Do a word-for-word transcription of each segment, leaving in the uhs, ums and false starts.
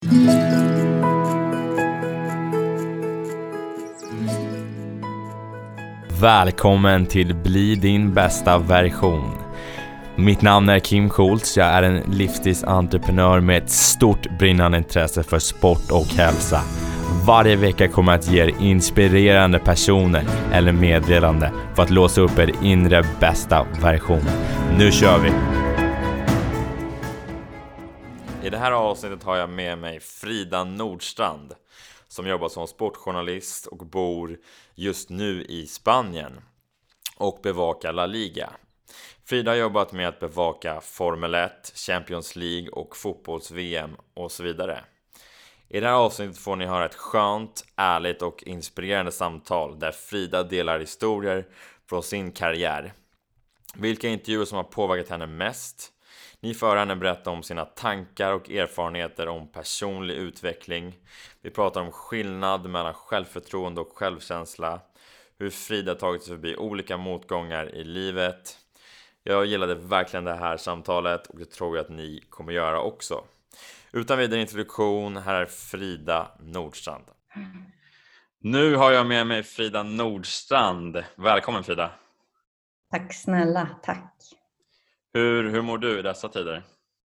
Välkommen till Bli din bästa version. Mitt namn är Kim Schultz. Jag är en livsstilsentreprenör med ett stort brinnande intresse för sport och hälsa. Varje vecka kommer jag att ge er inspirerande personer eller meddelande för att låsa upp er inre bästa version. Nu kör vi! I det här avsnittet har jag med mig Frida Nordstrand som jobbar som sportjournalist och bor just nu i Spanien och bevakar La Liga. Frida har jobbat med att bevaka Formel ett, Champions League och fotbolls-V M och så vidare. I det här avsnittet får ni höra ett skönt, ärligt och inspirerande samtal där Frida delar historier från sin karriär. Vilka intervjuer som har påverkat henne mest. Ni får henne berätta om sina tankar och erfarenheter om personlig utveckling. Vi pratar om skillnad mellan självförtroende och självkänsla. Hur Frida tagit sig förbi olika motgångar i livet. Jag gillade verkligen det här samtalet och det tror jag att ni kommer göra också. Utan vidare introduktion, här är Frida Nordstrand. Nu har jag med mig Frida Nordstrand. Välkommen Frida. Tack snälla, tack. Hur, hur mår du i dessa tider?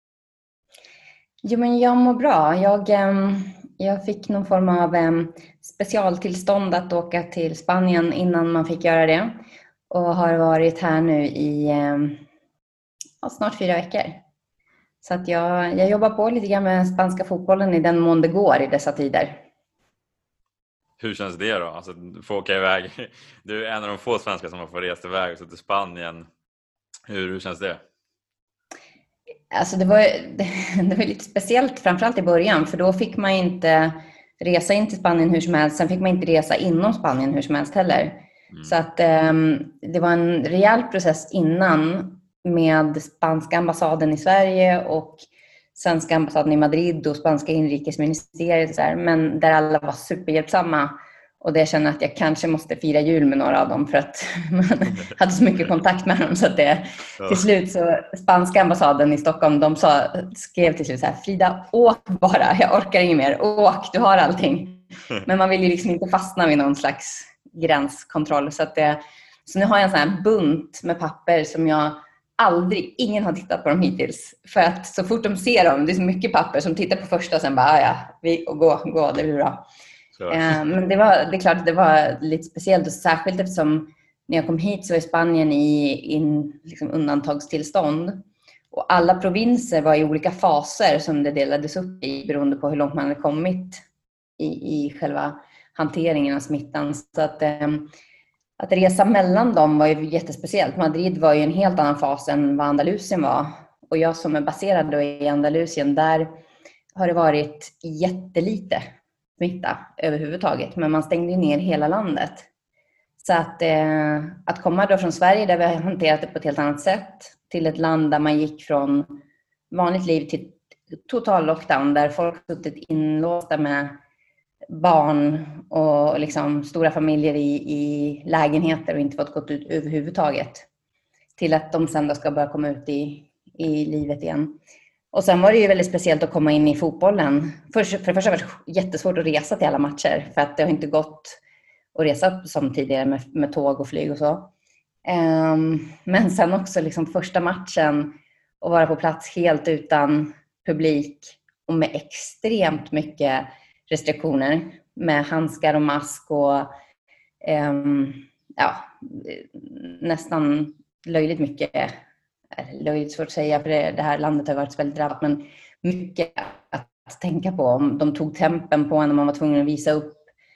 Jo, men jag mår bra. Jag, jag fick någon form av specialtillstånd att åka till Spanien innan man fick göra det. Och har varit här nu i ja, snart fyra veckor. Så att jag, jag jobbar på lite grann med spanska fotbollen i den mån det går i dessa tider. Hur känns det då? Alltså, du får åka iväg. Du är en av de få svenskar som har fått resa iväg till Spanien. Hur, hur känns det? Alltså det var, det var lite speciellt framförallt i början. För då fick man inte resa in till Spanien hur som helst. Sen fick man inte resa inom Spanien hur som helst heller. Mm. Så att um, det var en rejäl process innan med spanska ambassaden i Sverige och svenska ambassaden i Madrid och spanska inrikesministeriet. Så här, men där alla var superhjälpsamma. Och det jag känner att jag kanske måste fira jul med några av dem för att man hade så mycket kontakt med dem. Så att det till slut så spanska ambassaden i Stockholm, de sa, skrev till slut så här: Frida, åk bara, jag orkar inget mer, åk, du har allting. Men man vill ju liksom inte fastna vid någon slags gränskontroll. Så, att det, så nu har jag en sån här bunt med papper som jag aldrig, ingen har tittat på dem hittills. För att så fort de ser dem, det är så mycket papper som tittar på första och sen bara, ja, vi, och gå, gå, det blir bra. Eh, men det var det är klart att det var lite speciellt och särskilt eftersom när jag kom hit så var Spanien i, i liksom undantagstillstånd och alla provinser var i olika faser som det delades upp i beroende på hur långt man hade kommit i, i själva hanteringen av smittan. Så att, eh, att resa mellan dem var ju jättespeciellt. Madrid var ju en helt annan fas än vad Andalusien var och jag som är baserad då i Andalusien, där har det varit jättelite smitta överhuvudtaget, men man stängde ner hela landet. Så att, eh, att komma då från Sverige där vi har hanterat det på ett helt annat sätt till ett land där man gick från vanligt liv till total lockdown där folk suttit inlåsta med barn och liksom stora familjer i, i lägenheter och inte fått gått ut överhuvudtaget till att de sen då ska börja komma ut i, i livet igen. Och sen var det ju väldigt speciellt att komma in i fotbollen. För, för det första var det jättesvårt att resa till alla matcher. För att det har inte gått att resa som tidigare med, med tåg och flyg och så. Um, men sen också liksom första matchen och vara på plats helt utan publik. Och med extremt mycket restriktioner. Med handskar och mask och um, ja, nästan löjligt mycket. Löjligt svårt att säga för det, det här landet har varit väldigt drabbat, men mycket att tänka på. Om de tog tempen på en och man var tvungen att visa upp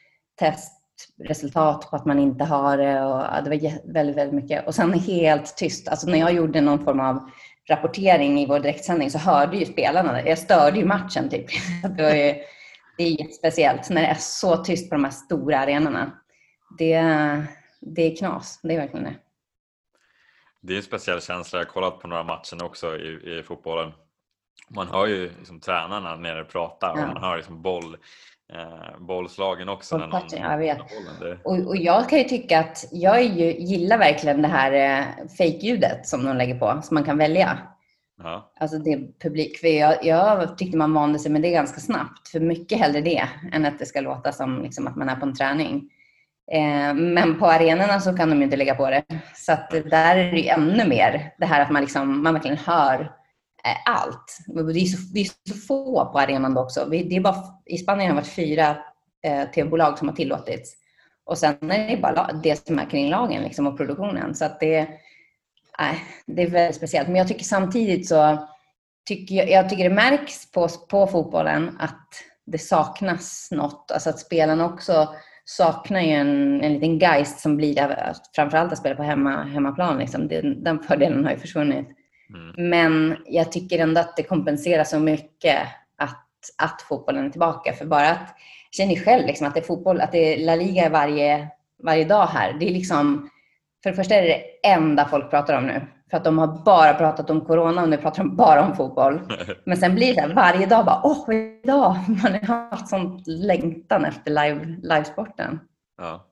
testresultat på att man inte har det. Och, ja, det var väldigt, väldigt mycket. Och sen helt tyst. Alltså när jag gjorde någon form av rapportering i vår direktsändning så hörde ju spelarna. Jag störde ju matchen typ. Det, var ju, det är jättespeciellt när det är så tyst på de här stora arenorna. Det, det är knas, det är verkligen det. Det är en speciell känsla. Jag har kollat på några matcher också i, i fotbollen. Man hör ju liksom tränarna nere prata och ja. Man hör liksom boll, eh, bollslagen också. När någon, jag vet. Det... Och, och jag kan ju tycka att jag ju, gillar verkligen det här eh, fake-ljudet som de lägger på, som man kan välja. Ja. Alltså det publik, för jag, jag tyckte man vande sig med det ganska snabbt. För mycket hellre det än att det ska låta som liksom att man är på en träning. Eh, men på arenorna så kan de ju inte lägga på det. Så att där är det ju ännu mer det här att man, liksom, man verkligen hör eh, allt. Det är, så, det är så få på arenan då också. Det är bara, i Spanien har det varit fyra eh, tv-bolag som har tillåtits. Och sen är det bara det som är kring lagen liksom, och produktionen. Så att det, nej, det är väldigt speciellt. Men jag tycker samtidigt så tycker jag, jag tycker det märks på, på fotbollen att det saknas något. Alltså att spelarna också saknar ju en, en liten geist som blir där, framförallt att spela på hemma, hemmaplan. Liksom. Den, den fördelen har ju försvunnit. Mm. Men jag tycker ändå att det kompenserar så mycket att, att fotbollen är tillbaka. För bara att, känner ni själv liksom, att det är fotboll, att det är La Liga varje, varje dag här. Det är liksom, för det första är det det enda folk pratar om nu. För att de har bara pratat om corona och nu pratar de bara om fotboll. Men sen blir det så här, varje dag bara, åh, idag. Man har haft sånt längtan efter live, livesporten. Ja.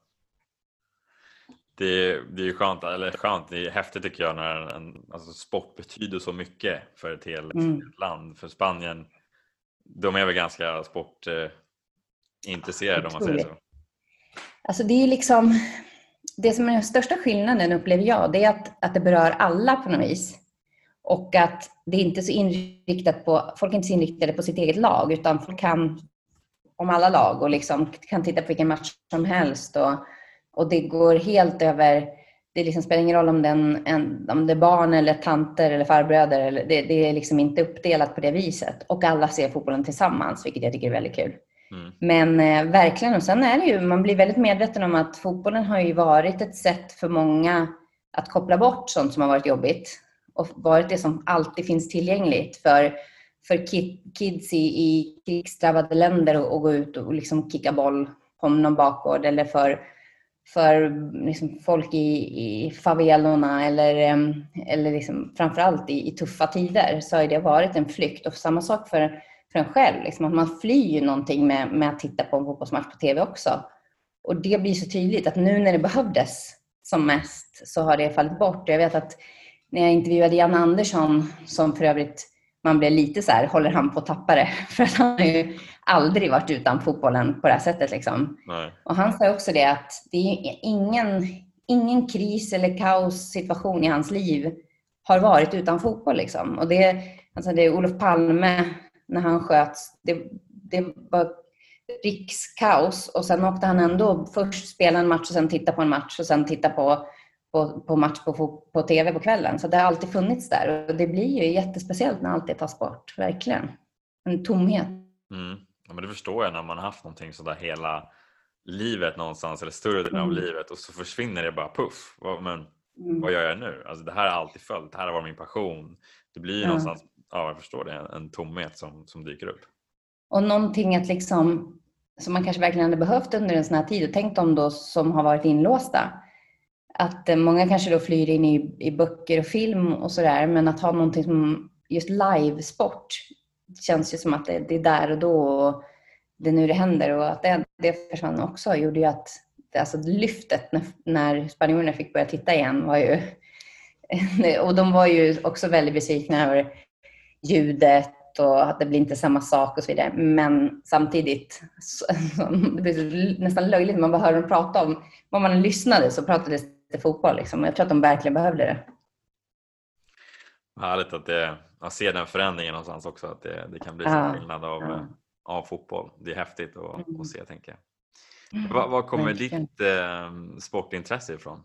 Det är, det är ju skönt, eller skönt, det är häftigt tycker jag när en alltså sport betyder så mycket för ett helt mm. land. För Spanien, de är väl ganska sportintresserade om man säger så. Alltså det är liksom... Det som är den största skillnaden upplever jag, det är att, att det berör alla på något vis. Och att det är inte så inriktat på, folk är inte så inriktade på sitt eget lag, utan folk kan om alla lag och liksom kan titta på vilken match som helst. Och, och det går helt över, det liksom spelar ingen roll om, den, en, om det är barn eller tanter eller farbröder. Eller, det, det är liksom inte uppdelat på det viset. Och alla ser fotbollen tillsammans, vilket jag tycker är väldigt kul. Mm. Men eh, verkligen, och sen är det ju, man blir väldigt medveten om att fotbollen har ju varit ett sätt för många att koppla bort sånt som har varit jobbigt och varit det som alltid finns tillgängligt för, för kid, kids i, i krigsdrabbade länder och, och gå ut och liksom kicka boll på någon bakgård, eller för, för liksom folk i, i favelorna eller, eller liksom framförallt i, i tuffa tider, så har det varit en flykt. Och samma sak för för en själv, liksom, att man flyr ju någonting med, med att titta på en fotbollsmatch på tv också. Och det blir så tydligt att nu när det behövdes som mest så har det fallit bort. Jag vet att när jag intervjuade Jan Andersson, som för övrigt man blev lite så här, håller han på att tappa det? För att han har ju aldrig varit utan fotbollen på det här sättet. Liksom. Nej. Och han sa också det att det är ingen, ingen kris eller kaossituation i hans liv har varit utan fotboll. Liksom. Och det, alltså det är Olof Palme när han sköts, det, det var rikskaos och sen åkte han ändå först spela en match och sen titta på en match och sen titta på, på, på match på, på tv på kvällen. Så det har alltid funnits där och det blir ju jättespeciellt när allt det tas bort, verkligen. En tomhet. Mm. Ja, men det förstår jag när man har haft någonting sådär hela livet någonstans eller större delen av mm. livet och så försvinner det bara puff. Men mm. vad gör jag nu? Alltså det här har alltid följt, det här var min passion. Det blir ju ja. någonstans, ja jag förstår det, en tomhet som, som dyker upp. Och någonting att liksom, som man kanske verkligen hade behövt under en sån här tid och tänkt om då som har varit inlåsta. Att många kanske då flyr in i, i böcker och film och sådär, men att ha någonting som just livesport känns ju som att det, det är där och då och det är nu det händer. Och att det, det försvann också gjorde ju att det, alltså lyftet när, när spanjorerna fick börja titta igen var ju... Och de var ju också väldigt besvikna över ljudet och att det blir inte samma sak och så vidare. Men samtidigt, så, det blir nästan löjligt. Man bara hör dem prata om, vad man lyssnade så pratades det fotboll. Liksom. Jag tror att de verkligen behövde det. Härligt att det, att se den förändringen någonstans också. Att det, det kan bli ja. en skillnad av, ja. av fotboll. Det är häftigt att, mm. att se, tänker jag. Mm. Vad, vad kommer verkligen. ditt eh, sportintresse ifrån?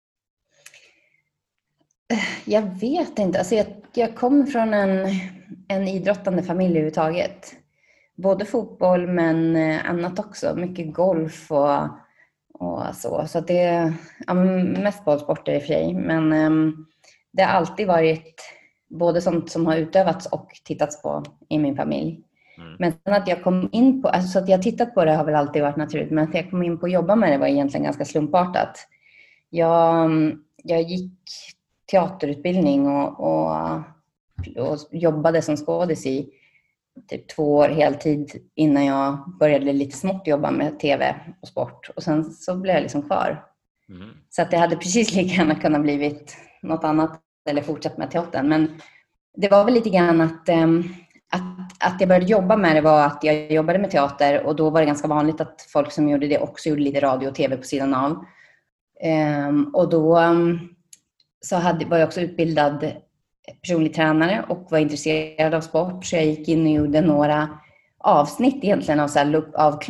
Jag vet inte. Alltså jag, jag kommer från en, en idrottande familj överhuvudtaget. Både fotboll men annat också. Mycket golf och, och så. Så det ja, mest bollsporter i och för sig. Men um, det har alltid varit både sånt som har utövats och tittats på i min familj. Mm. Men sen att jag kom in på, alltså så att jag tittat på det har väl alltid varit naturligt. Men att jag kom in på att jobba med det var egentligen ganska slumpartat. Jag, jag gick teaterutbildning och, och, och jobbade som skådis i typ två år heltid innan jag började lite smått jobba med tv och sport. Och sen så blev jag liksom kvar. Mm. Så att det hade precis lika gärna kunnat blivit något annat eller fortsatt med teatern. Men det var väl lite grann att, um, att, att jag började jobba med det var att jag jobbade med teater. Och då var det ganska vanligt att folk som gjorde det också gjorde lite radio och tv på sidan av. Um, och då um, så hade, var jag också utbildad personlig tränare och var intresserad av sport. Så jag gick in och gjorde några avsnitt egentligen av, så här, av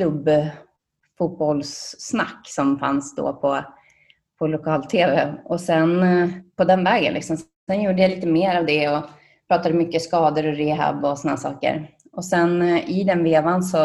klubbfotbollssnack som fanns då på, på lokal-tv. Och sen på den vägen liksom. Sen gjorde jag lite mer av det och pratade mycket skador och rehab och såna saker. Och sen i den vevan så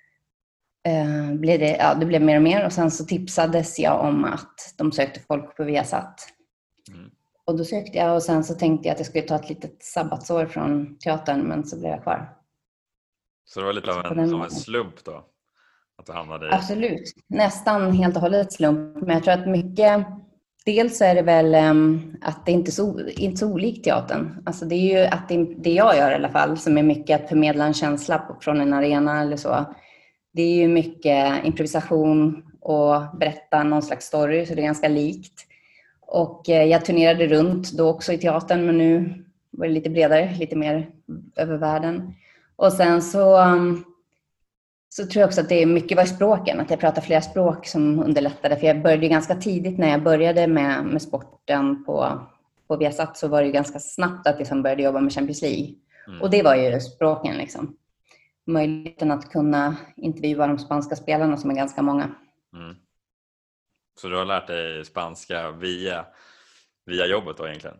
eh, blev det, ja, det blev mer och mer. Och sen så tipsades jag om att de sökte folk på Viasat. Mm. Och då sökte jag och sen så tänkte jag att jag skulle ta ett litet sabbatsår från teatern, men så blev jag kvar. Så det var lite av en, som en slump då? Att du hamnade i... Absolut. Nästan helt och hållet slump. Men jag tror att mycket... Dels är det väl um, att det inte är så, inte så olikt teatern. Alltså det är ju att det, det jag gör i alla fall, som är mycket att förmedla en känsla från en arena eller så. Det är ju mycket improvisation och berätta någon slags story, så det är ganska likt. Och uh, jag turnerade runt då också i teatern, men nu var det lite bredare, lite mer över världen. Och sen så... Um, Så tror jag också att det är mycket var språken, att jag pratar flera språk som underlättade. För jag började ganska tidigt när jag började med, med sporten på, på Viasat, så var det ganska snabbt att jag liksom började jobba med Champions League. Mm. Och det var ju språken liksom. Möjligheten att kunna intervjua de spanska spelarna som är ganska många. Mm. Så du har lärt dig spanska via, via jobbet då egentligen?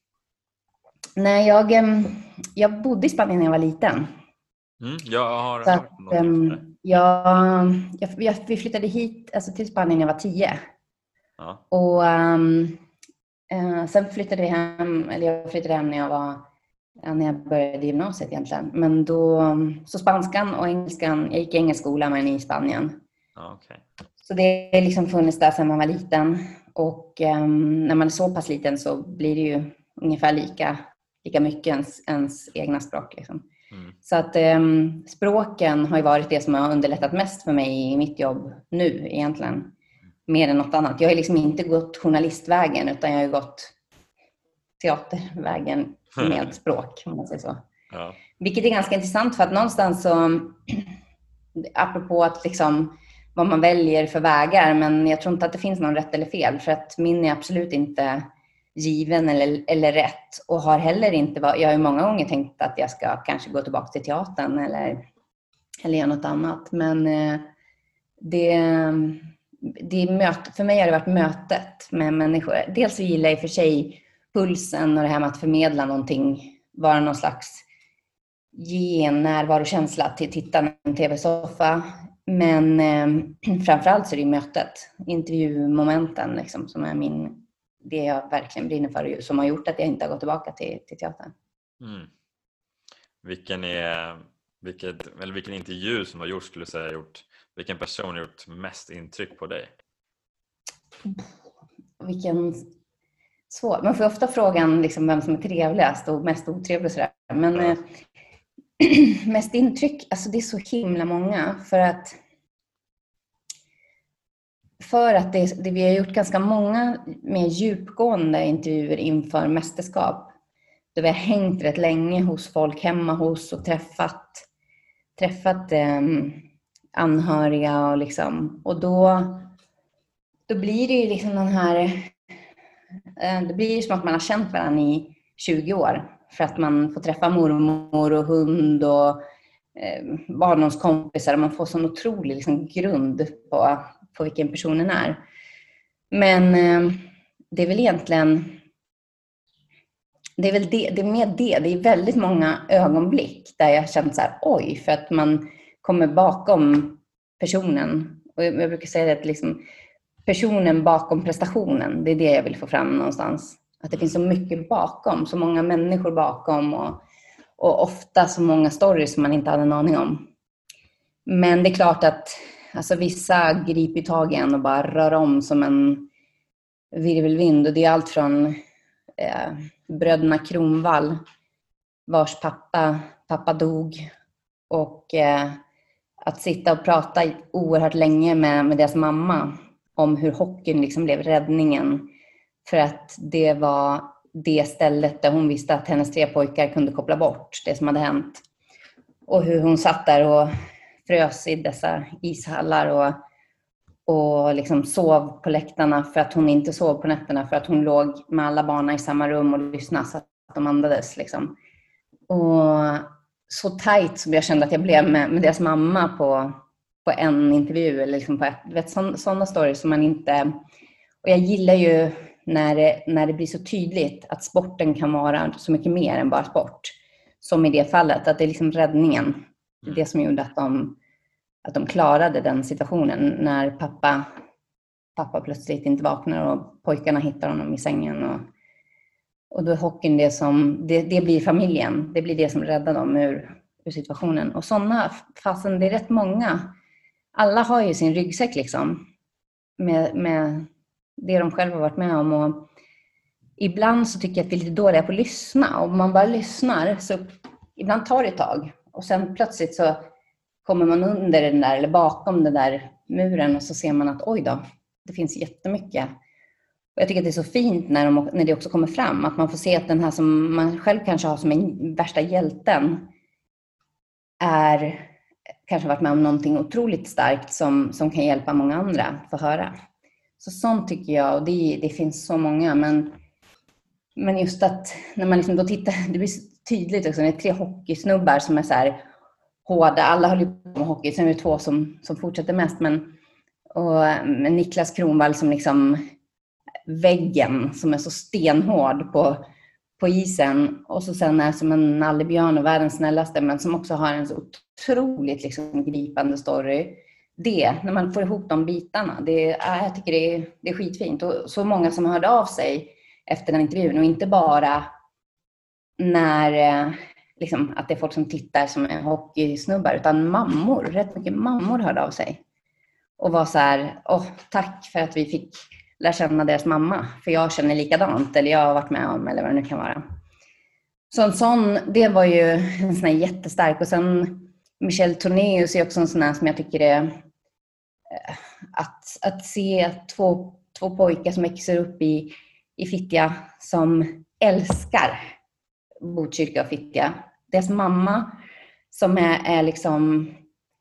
Nej, jag, jag bodde i Spanien när jag var liten. Mm, jag har så hört att, något om det. Jag, jag, jag, vi flyttade hit alltså till Spanien när jag var tio. Ja. Och um, uh, sen flyttade vi hem, eller jag flyttade hem när jag var när jag började gymnasiet egentligen. Men då, så spanskan och engelskan, jag gick i engelsk skola men i Spanien. Ja, okay. Så det är liksom funnits där sedan man var liten. Och um, när man är så pass liten så blir det ju ungefär lika, lika mycket ens, ens egna språk liksom. Mm. Så att um, språken har ju varit det som har underlättat mest för mig i mitt jobb nu egentligen. Mm. Mer än något annat. Jag har liksom inte gått journalistvägen utan jag har ju gått teatervägen med språk, om man säger så. Ja. Vilket är ganska intressant för att någonstans så, apropå att liksom vad man väljer för vägar, men jag tror inte att det finns någon rätt eller fel, för att min är absolut inte given eller, eller rätt, och har heller inte varit, jag har ju många gånger tänkt att jag ska kanske gå tillbaka till teatern eller, eller göra något annat, men eh, det, det möt, för mig har det varit mötet med människor. Dels så gillar jag i för sig pulsen och det här med att förmedla någonting, vara någon slags ge en närvarokänsla till tittarna i en tv-soffa. Men eh, framförallt så är det mötet, intervjumomenten liksom, som är min, det jag verkligen brinner för, som har gjort att jag inte har gått tillbaka till, till teatern. Mm. Vilken är vilket, eller vilken intervju som har gjort, skulle du säga, gjort, vilken person har gjort mest intryck på dig? Vilken svår. Man får ofta frågan liksom vem som är trevligast och mest otrevlig och sådär. Men ja. eh, mest intryck, alltså det är så himla många, för att för att det, det, vi har gjort ganska många mer djupgående intervjuer inför mästerskap. Då vi har hängt rätt länge hos folk hemma hos och träffat träffat eh, anhöriga och liksom, och då då blir det ju liksom den här eh, det blir ju som att man har känt varandra i tjugo år, för att man får träffa mormor och hund och eh, barndomskompisar, och man får sån otrolig liksom grund på på vilken personen är. Men eh, det är väl egentligen det är väl det, det är med det. Det är väldigt många ögonblick där jag har känt så här, oj, för att man kommer bakom personen. Och jag, jag brukar säga att liksom, personen bakom prestationen, det är det jag vill få fram någonstans. Att det finns så mycket bakom, så många människor bakom, och, och ofta så många stories som man inte hade en aning om. Men det är klart att alltså, vissa griper tag igen och bara rör om som en virvelvind. Och det är allt från eh, bröderna Kronvall, vars pappa, pappa dog. Och eh, att sitta och prata oerhört länge med, med deras mamma om hur hockeyn liksom blev räddningen. För att det var det stället där hon visste att hennes tre pojkar kunde koppla bort det som hade hänt. Och hur hon satt där och frös i dessa ishallar och, och liksom sov på läktarna för att hon inte sov på nätterna, för att hon låg med alla barnen i samma rum och lyssnade så att de andades. Liksom. Och så tajt som jag kände att jag blev med, med deras mamma på, på en intervju. Eller liksom på ett, vet, sådana stories som man inte... Och jag gillar ju när det, när det blir så tydligt att sporten kan vara så mycket mer än bara sport. Som i det fallet, att det är liksom räddningen. Det är det som gjorde att de, att de klarade den situationen. När pappa, pappa plötsligt inte vaknar och pojkarna hittar honom i sängen. Och, och då är hockeyn det som, det, det blir familjen. Det blir det som räddar dem ur, ur situationen. Och sådana, fastän det är rätt många. Alla har ju sin ryggsäck liksom. Med, med det de själva har varit med om. Och ibland så tycker jag att vi är lite dåliga på att lyssna. Och om man bara lyssnar så ibland tar det ett tag. Och sen plötsligt så kommer man under den där eller bakom den där muren och så ser man att oj då, det finns jättemycket. Och jag tycker att det är så fint när, de, när det också kommer fram. Att man får se att den här som man själv kanske har som en värsta hjälten är kanske varit med om någonting otroligt starkt som, som kan hjälpa många andra att få höra. Så sånt tycker jag, och det, det finns så många, men, men just att när man liksom då tittar, det blir så tydligt också, det är tre hockeysnubbar som är så här hårda, alla håller på med hockey, sen är det två som, som fortsätter mest, men och med Niklas Kronwall som liksom väggen som är så stenhård på, på isen, och så sen är som en nallebjörn och världens snällaste, men som också har en så otroligt liksom gripande story. Det, när man får ihop de bitarna, det, jag tycker det är, det är skitfint. Och så många som hörde av sig efter den intervjun, och inte bara när liksom, att det är folk som tittar som är hockeysnubbar, utan mammor, rätt mycket mammor hörde av sig och var så här, åh, tack för att vi fick lära känna deras mamma, för jag känner likadant, eller jag har varit med om, eller vad det nu kan vara. Så en sån, det var ju en sån här jättestark. Och sen Michelle Tornéus är också en sån här som jag tycker är att, att se två, två pojkar som växer upp i, i Fittja som älskar Botkyrka och Fittja. Deras mamma som är, är liksom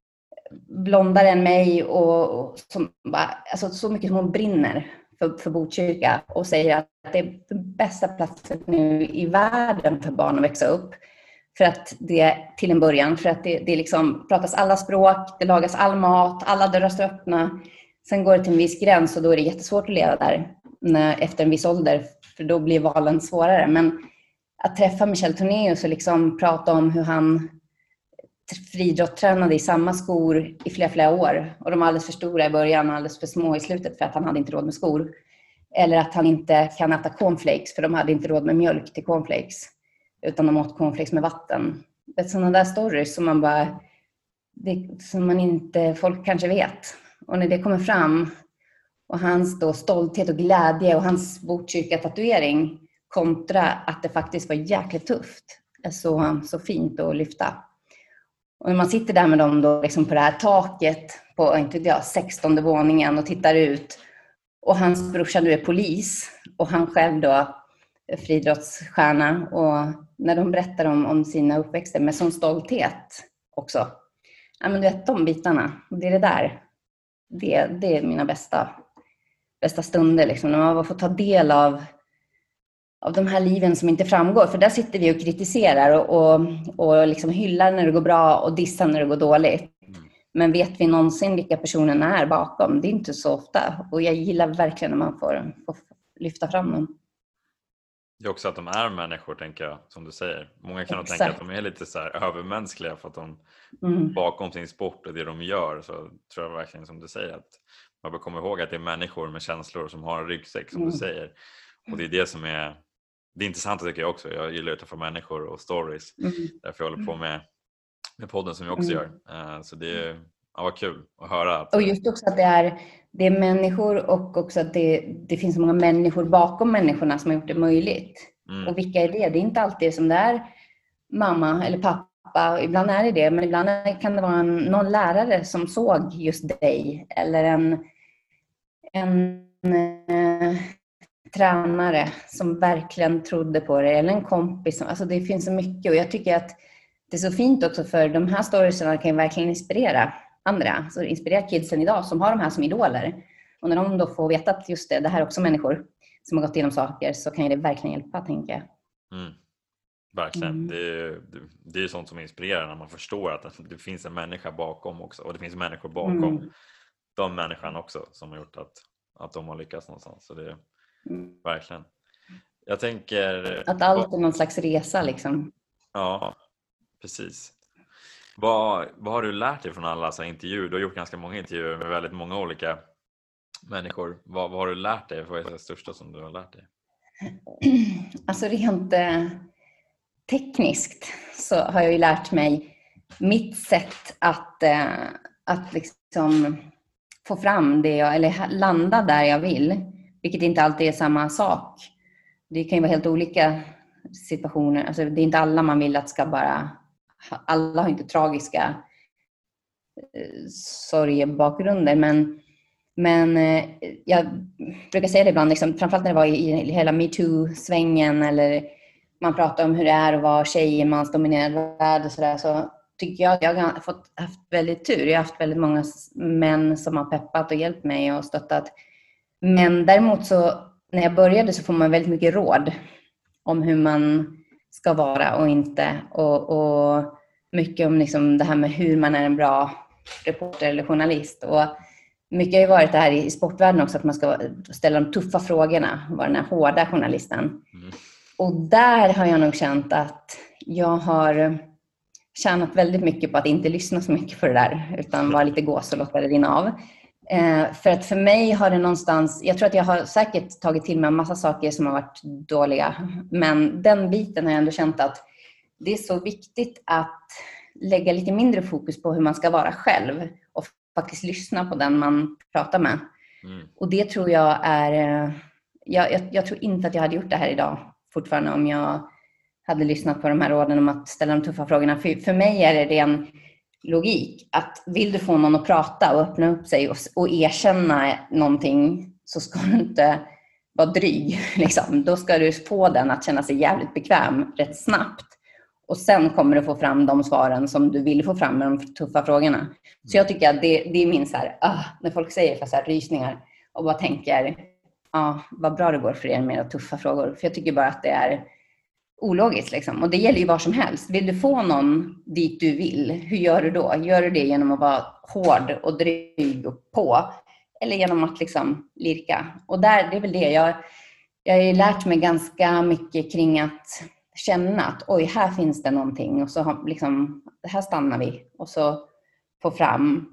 blondare än mig och, och som bara, alltså så mycket som hon brinner för, för Botkyrka, och säger att det är den bästa platsen nu i världen för barn att växa upp. För att det, till en början, för att det, det liksom pratas alla språk, det lagas all mat, alla dörrar står öppna. Sen går det till en viss gräns och då är det jättesvårt att leva där när, efter en viss ålder, för då blir valen svårare. Men att träffa Michelle Tornéus och liksom prata om hur han friidrottränade i samma skor i flera, flera år. Och de var alldeles för stora i början och alldeles för små i slutet för att han hade inte råd med skor. Eller att han inte kan äta cornflakes för de hade inte råd med mjölk till cornflakes. Utan de åt cornflakes med vatten. Det är sådana där stories som man bara, det, som man inte, folk kanske vet. Och när det kommer fram och hans då stolthet och glädje och hans Botkyrka-tatuering kontra att det faktiskt var jäkligt tufft, är så, så fint att lyfta. Och när man sitter där med dem då liksom på det här taket på inte jag, sextonde våningen och tittar ut, och hans brorsa nu är polis och han själv då friidrottsstjärna, och när de berättar om, om sina uppväxter med sån stolthet också. Ja, men du vet, de bitarna, det är det där. Det, det är mina bästa, bästa stunder liksom, när man får ta del av, av de här liven som inte framgår. För där sitter vi och kritiserar och, och, och liksom hyllar när det går bra och dissar när det går dåligt. Men vet vi någonsin vilka personerna är bakom? Det är inte så ofta. Och jag gillar verkligen när man får, får lyfta fram dem. Det är också att de är människor, tänker jag, som du säger. Många kan nog Exakt. tänka att de är lite så här övermänskliga för att de Mm. bakom sin sport och det de gör, så tror jag verkligen som du säger att man bör komma ihåg att det är människor med känslor som har en ryggsäck, som Mm. du säger. Och det är det som är det är intressant, tycker jag också. Jag gillar att träffa människor och stories. Mm. Därför jag håller på med, med podden som jag också Mm. gör. Uh, så det är ja, vad kul att höra. Att, Och just också att det är, det är människor, och också att det, det finns så många människor bakom människorna som har gjort det möjligt. Mm. Och vilka är det? Det är inte alltid som det är mamma eller pappa. Ibland är det det, men ibland kan det vara en, någon lärare som såg just dig. Eller en, en tränare som verkligen trodde på det, eller en kompis. Som, alltså det finns så mycket, och jag tycker att det är så fint också, för de här storiesarna kan ju verkligen inspirera andra. Så inspirera kidsen idag som har de här som idoler. Och när de då får veta att just det, det här är också människor som har gått igenom saker, så kan ju det verkligen hjälpa, tänker jag. Mm. Verkligen. Mm. Det är, det är sånt som inspirerar, när man förstår att det finns en människa bakom också. Och det finns människor bakom Mm. de människan också som har gjort att, att de har lyckats någonstans. Så det är Mm. verkligen. Jag tänker... Att allt är någon slags resa liksom. Ja, precis. Vad, vad har du lärt dig från alla så här intervjuer? Du har gjort ganska många intervjuer med väldigt många olika människor. Vad, vad har du lärt dig? Vad är det största som du har lärt dig? Alltså rent eh, tekniskt så har jag ju lärt mig mitt sätt att, eh, att liksom få fram det jag, eller landa där jag vill. Vilket inte alltid är samma sak. Det kan ju vara helt olika situationer. Alltså det är inte alla man vill att ska bara... Alla har inte tragiska eh, sorgebakgrunder, men, men eh, jag brukar säga det ibland, liksom, framförallt när det var i, i hela MeToo-svängen, eller man pratar om hur det är att vara tjej i en mansdominerad värld och sådär, så tycker jag att jag har fått, haft väldigt tur. Jag har haft väldigt många män som har peppat och hjälpt mig och stöttat. Men däremot så, när jag började, så får man väldigt mycket råd om hur man ska vara och inte. Och, och mycket om liksom det här med hur man är en bra reporter eller journalist. Och mycket har ju varit det här i sportvärlden också, att man ska ställa de tuffa frågorna, vara den här hårda journalisten. Mm. Och där har jag nog känt att jag har tjänat väldigt mycket på att inte lyssna så mycket på det där, utan vara lite gås och låta det rinna av. Eh, för att för mig har det någonstans, jag tror att jag har säkert tagit till mig en massa saker som har varit dåliga, men den biten har jag ändå känt att det är så viktigt att lägga lite mindre fokus på hur man ska vara själv och faktiskt lyssna på den man pratar med. Mm. Och det tror jag är, jag, jag, jag tror inte att jag hade gjort det här idag fortfarande om jag hade lyssnat på de här råden om att ställa de tuffa frågorna. För, för mig är det ren logik att vill du få någon att prata och öppna upp sig och, och erkänna någonting, så ska du inte vara dryg. Liksom. Då ska du få den att känna sig jävligt bekväm rätt snabbt. Och sen kommer du få fram de svaren som du vill få fram med de tuffa frågorna. Så jag tycker att det, det är min så här, ah, när folk säger för så här rysningar och bara tänker, ah, vad bra det går för er med tuffa frågor. För jag tycker bara att det är ologiskt liksom. Och det gäller ju var som helst. Vill du få någon dit du vill, hur gör du då? Gör du det genom att vara hård och dryg och på? Eller genom att liksom lirka? Och där, det är väl det. Jag, jag har ju lärt mig ganska mycket kring att känna att oj, här finns det någonting. Och så har, liksom, här stannar vi. Och så få fram.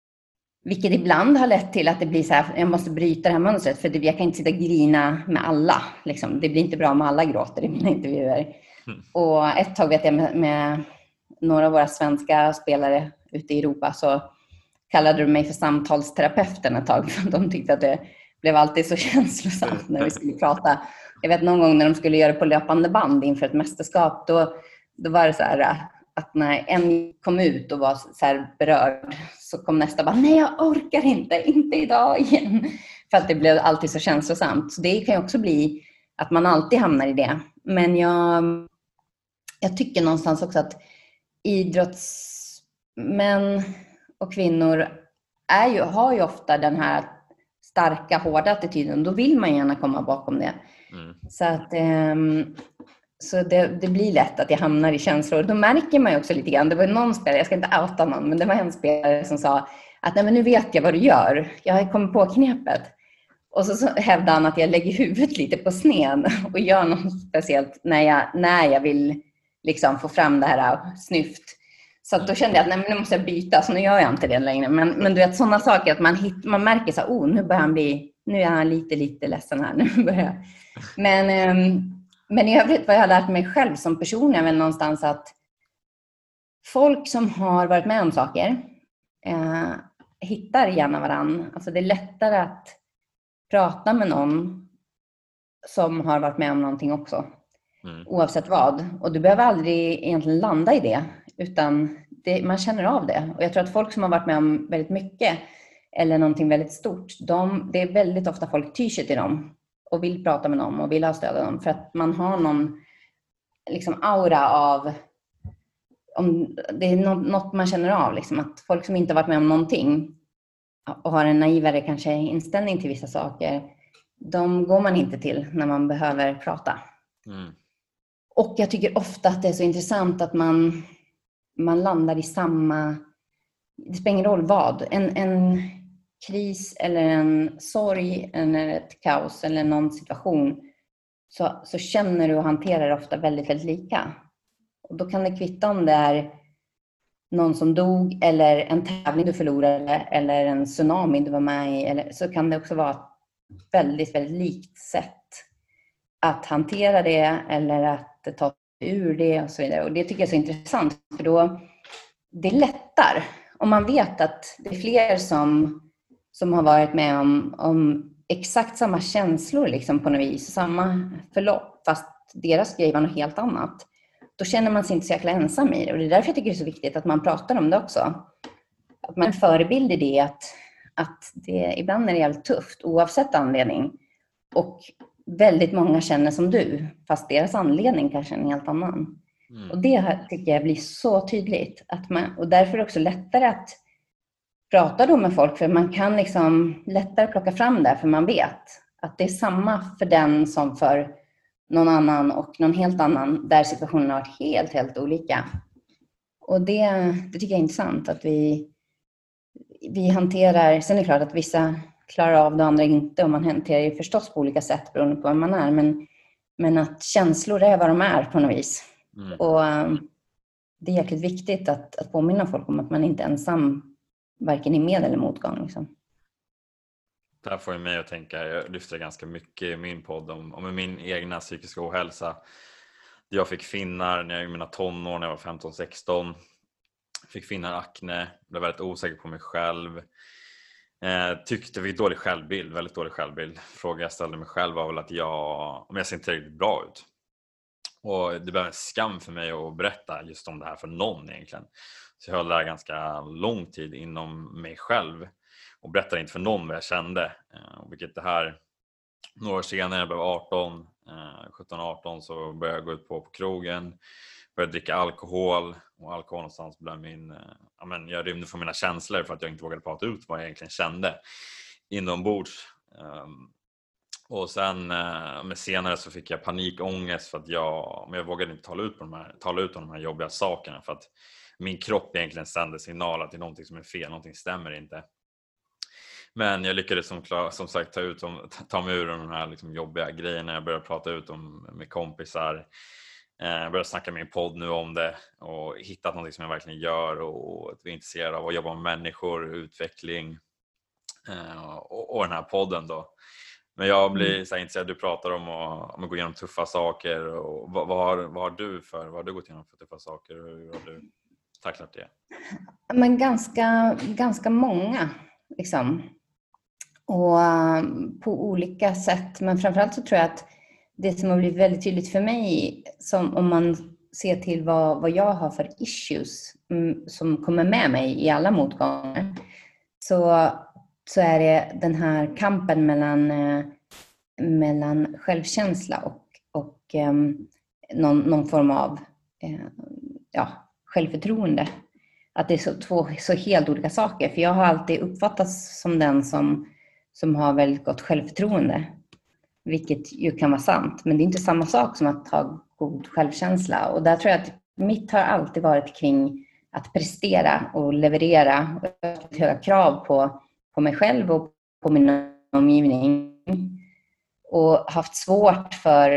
Vilket ibland har lett till att det blir så här, jag måste bryta det här mönstret. För det, jag kan inte sitta och grina med alla. Liksom. Det blir inte bra om alla gråter i mina intervjuer. Mm. Och ett tag vet jag med, med några av våra svenska spelare ute i Europa, så kallade de mig för samtalsterapeuten ett tag. För de tyckte att det blev alltid så känslosamt när vi skulle prata. Jag vet någon gång när de skulle göra det på löpande band inför ett mästerskap, då, då var det så här att när en kom ut och var så här berörd, så kom nästa bara, nej jag orkar inte, inte idag igen. För att det blev alltid så känslosamt. Så det kan ju också bli att man alltid hamnar i det. Men jag, jag tycker någonstans också att idrottsmän och kvinnor är ju, har ju ofta den här starka, hårda attityden. Då vill man gärna komma bakom det. Mm. Så att um, så det, det blir lätt att jag hamnar i känslor. Då märker man ju också lite grann. Det var någon spelare, jag ska inte outa någon, men det var en spelare som sa att nej, men nu vet jag vad du gör. Jag har kommit på knepet. Och så, så hävdade han att jag lägger huvudet lite på sned och gör något speciellt när jag, när jag vill liksom få fram det här snyft. Så att då kände jag att nej, men nu måste jag byta, så nu gör jag inte det längre. Men, men du vet, sådana saker att man, hit, man märker så här, oh, nu börjar han bli, nu är han lite, lite ledsen här. Nu börjar. Men, um, men i övrigt vad jag har lärt mig själv som person är väl någonstans att folk som har varit med om saker eh, hittar gärna varann. Alltså det är lättare att prata med någon som har varit med om någonting också. Mm. Oavsett vad. Och du behöver aldrig egentligen landa i det. Utan det, man känner av det. Och jag tror att folk som har varit med om väldigt mycket eller någonting väldigt stort, de, det är väldigt ofta folk tyr sig till dem. och vill prata med någon och vill ha stöd av någon. För att man har någon liksom aura av, om det är något man känner av, liksom, att folk som inte har varit med om någonting och har en naivare kanske inställning till vissa saker, de går man inte till när man behöver prata. Mm. Och jag tycker ofta att det är så intressant att man, man landar i samma, det spelar ingen roll vad, en, en kris eller en sorg eller ett kaos eller någon situation, så, så känner du och hanterar ofta väldigt, väldigt lika. Och då kan det kvitta om det är någon som dog eller en tävling du förlorade eller en tsunami du var med i, eller, så kan det också vara ett väldigt, väldigt likt sätt att hantera det eller att ta ur det och så vidare. Och det tycker jag är så intressant, för då det lättar om man vet att det är fler som, som har varit med om, om exakt samma känslor liksom på något vis, samma förlopp, fast deras grej var något helt annat. Då känner man sig inte så jäkla ensam i det. Och det är därför jag tycker det är så viktigt att man pratar om det också. Att man är en förebild i det, att, att det, ibland är det jävligt tufft oavsett anledning. Och väldigt många känner som du, fast deras anledning kanske är en helt annan. Mm. Och det tycker jag blir så tydligt. Att man, och därför är det också lättare att prata då med folk, för man kan liksom lättare plocka fram det, för man vet att det är samma för den som för någon annan och någon helt annan, där situationen har varit helt, helt olika. Och det, det tycker jag är intressant, att vi, vi hanterar, sen är det klart att vissa klarar av det, andra inte, och man hanterar ju förstås på olika sätt beroende på vem man är, men, men att känslor är vad de är på något vis. Mm. Och um, det är jäkligt viktigt att, att påminna folk om att man inte är ensam, varken i med- eller motgång liksom. Det här får ju mig att tänka, jag lyfter ganska mycket i min podd om, om min egna psykiska ohälsa. Jag fick finnar när jag i mina tonår, när jag var femton sexton. Fick finnar, akne, blev väldigt osäker på mig själv. Eh, tyckte vi dålig självbild, väldigt dålig självbild. Frågan jag ställde mig själv var väl att jag, om jag ser inte riktigt bra ut. Och det blev en skam för mig att berätta just om det här för någon egentligen. Så jag höll det här ganska lång tid inom mig själv. Och berättade inte för någon vad jag kände. Eh, vilket det här, några år senare, jag blev arton, eh, sjutton arton, så började jag gå ut på, på krogen. Började dricka alkohol. Och alkohol någonstans blev min... Eh, ja, men jag rymde från mina känslor för att jag inte vågade prata ut vad jag egentligen kände inombords. Eh, och sen eh, men senare så fick jag panikångest för att jag... Men jag vågade inte tala ut, på de här, tala ut om de här jobbiga sakerna. För att min kropp egentligen sände signaler att det är någonting som är fel, någonting stämmer inte. Men jag lyckades som, som sagt ta, ut, ta mig ur de här liksom jobbiga grejerna. Jag började prata ut om, med kompisar. Jag började snacka med min podd nu om det. Och hittat något som jag verkligen gör. Och att vi är intresserade av att jobba med människor, utveckling. Och, och den här podden då. Men jag blir så här intresserad. Du pratar om att, om att gå igenom tuffa saker. Och vad, vad, har, vad har du för, vad har du gått igenom för tuffa saker? Hur har du tacklat det? Men ganska, ganska många liksom. Och på olika sätt. Men framförallt så tror jag att det som har blivit väldigt tydligt för mig, som om man ser till vad, vad jag har för issues mm, som kommer med mig i alla motgångar, så, så är det den här kampen mellan, eh, mellan självkänsla och, och eh, någon, någon form av eh, ja, självförtroende. Att det är så, två så helt olika saker. För jag har alltid uppfattats som den som som har väldigt gott självförtroende, vilket ju kan vara sant, men det är inte samma sak som att ha god självkänsla. Och där tror jag att mitt har alltid varit kring att prestera och leverera, och höga krav på, på mig själv och på min omgivning, och haft svårt för,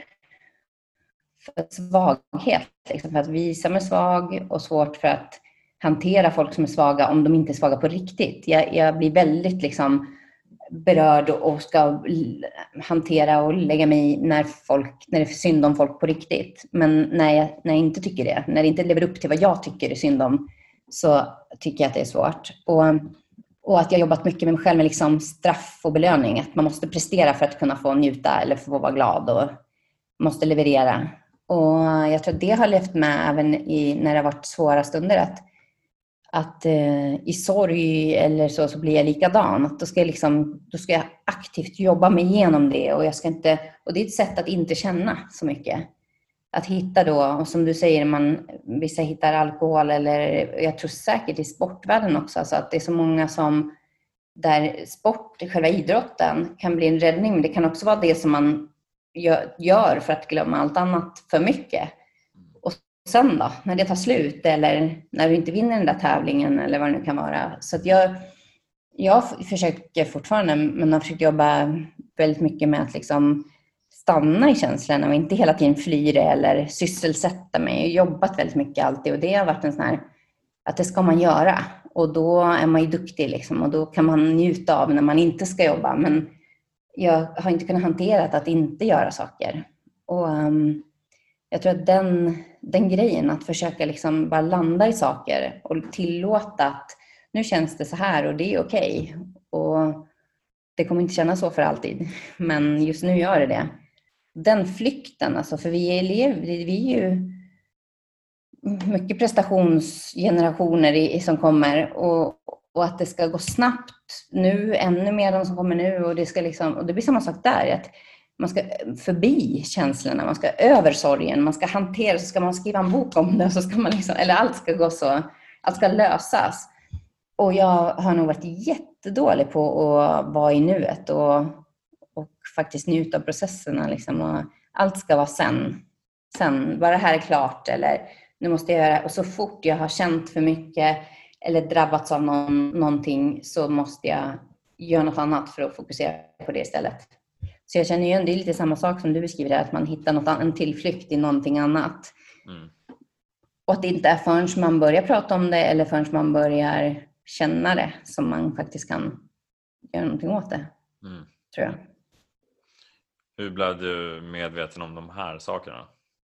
för svaghet, liksom, för att visa mig svag, och svårt för att hantera folk som är svaga om de inte är svaga på riktigt. Jag, jag blir väldigt liksom berörd och ska hantera och lägga mig i när, folk, när det är synd om folk på riktigt. Men när jag, när jag inte tycker det, när det inte lever upp till vad jag tycker är synd om, så tycker jag att det är svårt. Och, och att jag jobbat mycket med mig själv med liksom straff och belöning. Att man måste prestera för att kunna få njuta eller få vara glad, och måste leverera. Och jag tror att det har levt med även i, när det har varit svåra stunder. Att, att eh, i sorg eller så, så blir jag likadan. Att då, ska jag liksom, då ska jag aktivt jobba mig igenom det. Och, jag ska inte, och det är ett sätt att inte känna så mycket. Att hitta då, och som du säger, man, vissa hittar alkohol, eller jag tror säkert i sportvärlden också, alltså att det är så många som, där sport, själva idrotten, kan bli en räddning. Men det kan också vara det som man gör för att glömma allt annat för mycket. Och sen då, när det tar slut, eller när du inte vinner den där tävlingen, eller vad det nu kan vara. Så att jag, jag försöker fortfarande, men jag försöker jobba väldigt mycket med att liksom stanna i känslorna och inte hela tiden fly det eller sysselsätta mig. Jag har jobbat väldigt mycket alltid, och det har varit en sån här, att det ska man göra. Och då är man ju duktig liksom, och då kan man njuta av när man inte ska jobba. Men jag har inte kunnat hantera att inte göra saker. Och um, jag tror att den, den grejen, att försöka liksom bara landa i saker och tillåta att nu känns det så här och det är okej. Och det kommer inte kännas så för alltid, men just nu gör det det. Den flykten, alltså, för vi är elever, vi är ju mycket prestationsgenerationer i, som kommer, och, och att det ska gå snabbt nu, ännu mer de som kommer nu, och det ska liksom, och det blir samma sak där, att man ska förbi känslorna, man ska över sorgen, man ska hantera, så ska man skriva en bok om det, så ska man liksom, eller allt ska gå så, allt ska lösas. Och jag har nog varit jättedålig på att vara i nuet och, och faktiskt njuta av processerna liksom, och allt ska vara sen, sen, bara det här är klart, eller nu måste jag göra, och så fort jag har känt för mycket eller drabbats av någon, någonting, så måste jag göra något annat för att fokusera på det istället. Så jag känner igen, det är lite samma sak som du beskriver där, att man hittar något, en tillflykt i någonting annat. Mm. Och att det inte är förrän man börjar prata om det eller förrän man börjar känna det som man faktiskt kan göra någonting åt det, mm. tror jag. Hur blev du medveten om de här sakerna?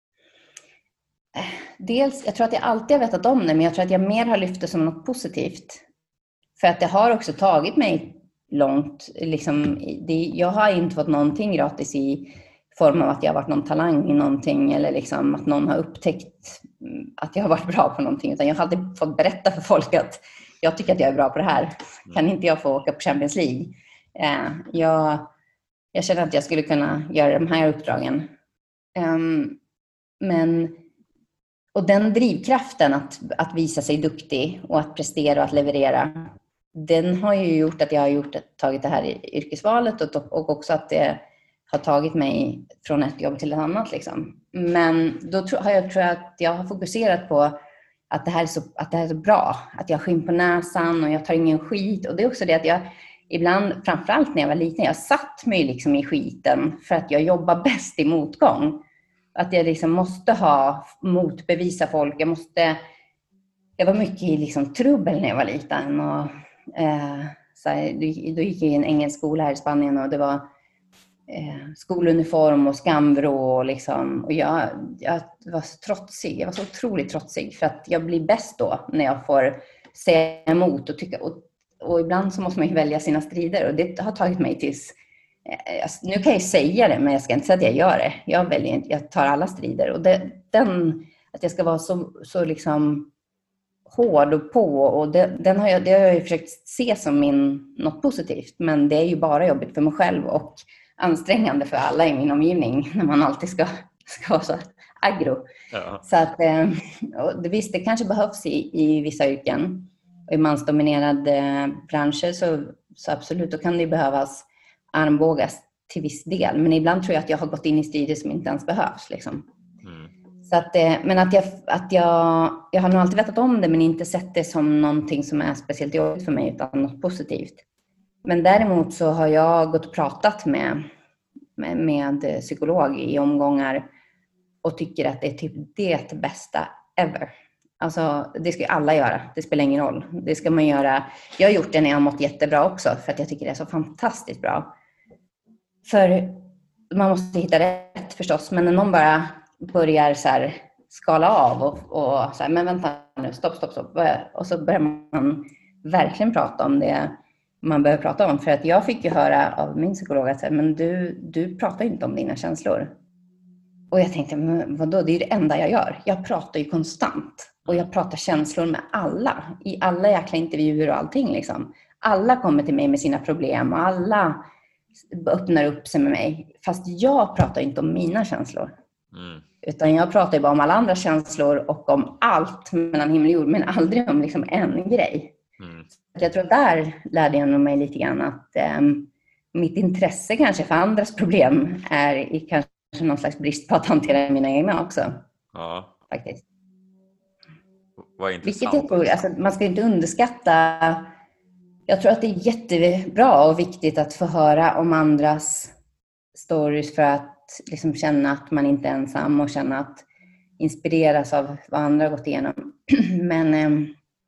Dels, jag tror att jag alltid har vetat om det, men jag tror att jag mer har lyft det som något positivt. För att det har också tagit mig långt. Liksom, det, jag har inte fått någonting gratis i form av att jag har varit någon talang i någonting, eller liksom att någon har upptäckt att jag har varit bra på någonting. Utan jag har alltid fått berätta för folk att jag tycker att jag är bra på det här. Kan inte jag få åka på Champions League? Eh, jag, jag känner att jag skulle kunna göra de här uppdragen. Um, men... Och den drivkraften att, att visa sig duktig och att prestera och att leverera, den har ju gjort att jag har gjort, tagit det här yrkesvalet, och, och också att det har tagit mig från ett jobb till ett annat. Liksom. Men då tror, har jag, tror jag att jag har fokuserat på att det, här är så, att det här är så bra. Att jag har skinn på näsan och jag tar ingen skit. Och det är också det att jag ibland, framförallt när jag var liten, jag satt mig liksom i skiten för att jag jobbar bäst i motgång. Att jag liksom måste ha motbevisa folk. Jag måste... Jag var mycket i liksom trubbel när jag var liten. Och, eh, så här, då gick jag i en engelsk skola här i Spanien. Och det var eh, skoluniform och skamvrå. Och, liksom, och jag, jag var så trotsig. Jag var så otroligt trotsig. För att jag blir bäst då när jag får säga emot. Och, tycka, och, och ibland så måste man ju välja sina strider. Och det har tagit mig tills... Nu kan jag säga det, men jag ska inte säga att jag gör det. Jag väljer, jag tar alla strider. Och det, den, att jag ska vara så, så liksom hård och på. Och det, den har jag, det har jag försökt se som min, något positivt. Men det är ju bara jobbigt för mig själv och ansträngande för alla i min omgivning. När man alltid ska, ska vara så aggro. Ja. Så att, och det, visst, det kanske behövs i, i vissa yrken. Och i mansdominerade branscher så, så absolut, då kan det behövas armbågas till viss del. Men ibland tror jag att jag har gått in i strider som inte ens behövs. Liksom. Mm. Så att, men att, jag, att jag, jag har nog alltid vetat om det, men inte sett det som någonting som är speciellt jobbigt för mig, utan något positivt. Men däremot så har jag gått och pratat med, med, med psykolog i omgångar och tycker att det är typ det bästa ever. Alltså, det ska ju alla göra. Det spelar ingen roll. Det ska man göra. Jag har gjort det när jag har mått jättebra också, för att jag tycker det är så fantastiskt bra. För man måste hitta rätt förstås, men när någon bara börjar så här skala av och, och så här, men vänta nu, stopp, stopp, stopp. Och så börjar man verkligen prata om det man behöver prata om. För att jag fick ju höra av min psykolog att men du, du pratar ju inte om dina känslor. Och jag tänkte, men vadå, det är ju det enda jag gör. Jag pratar ju konstant. Och jag pratar känslor med alla. I alla jäkla intervjuer och allting liksom. Alla kommer till mig med sina problem och alla öppnar upp sig med mig. Fast jag pratar inte om mina känslor. Mm. Utan jag pratar bara om alla andra känslor och om allt mellan himmel och jord. Men aldrig om liksom en grej. Mm. Jag tror där lärde jag mig lite grann att um, mitt intresse kanske för andras problem är i kanske någon slags brist på att hantera mina egna också. Ja. Faktiskt. Vad intressant. Vilket jag tror, alltså, man ska inte underskatta. Jag tror att det är jättebra och viktigt att få höra om andras stories för att liksom känna att man inte är ensam och känna att inspireras av vad andra har gått igenom. Men eh,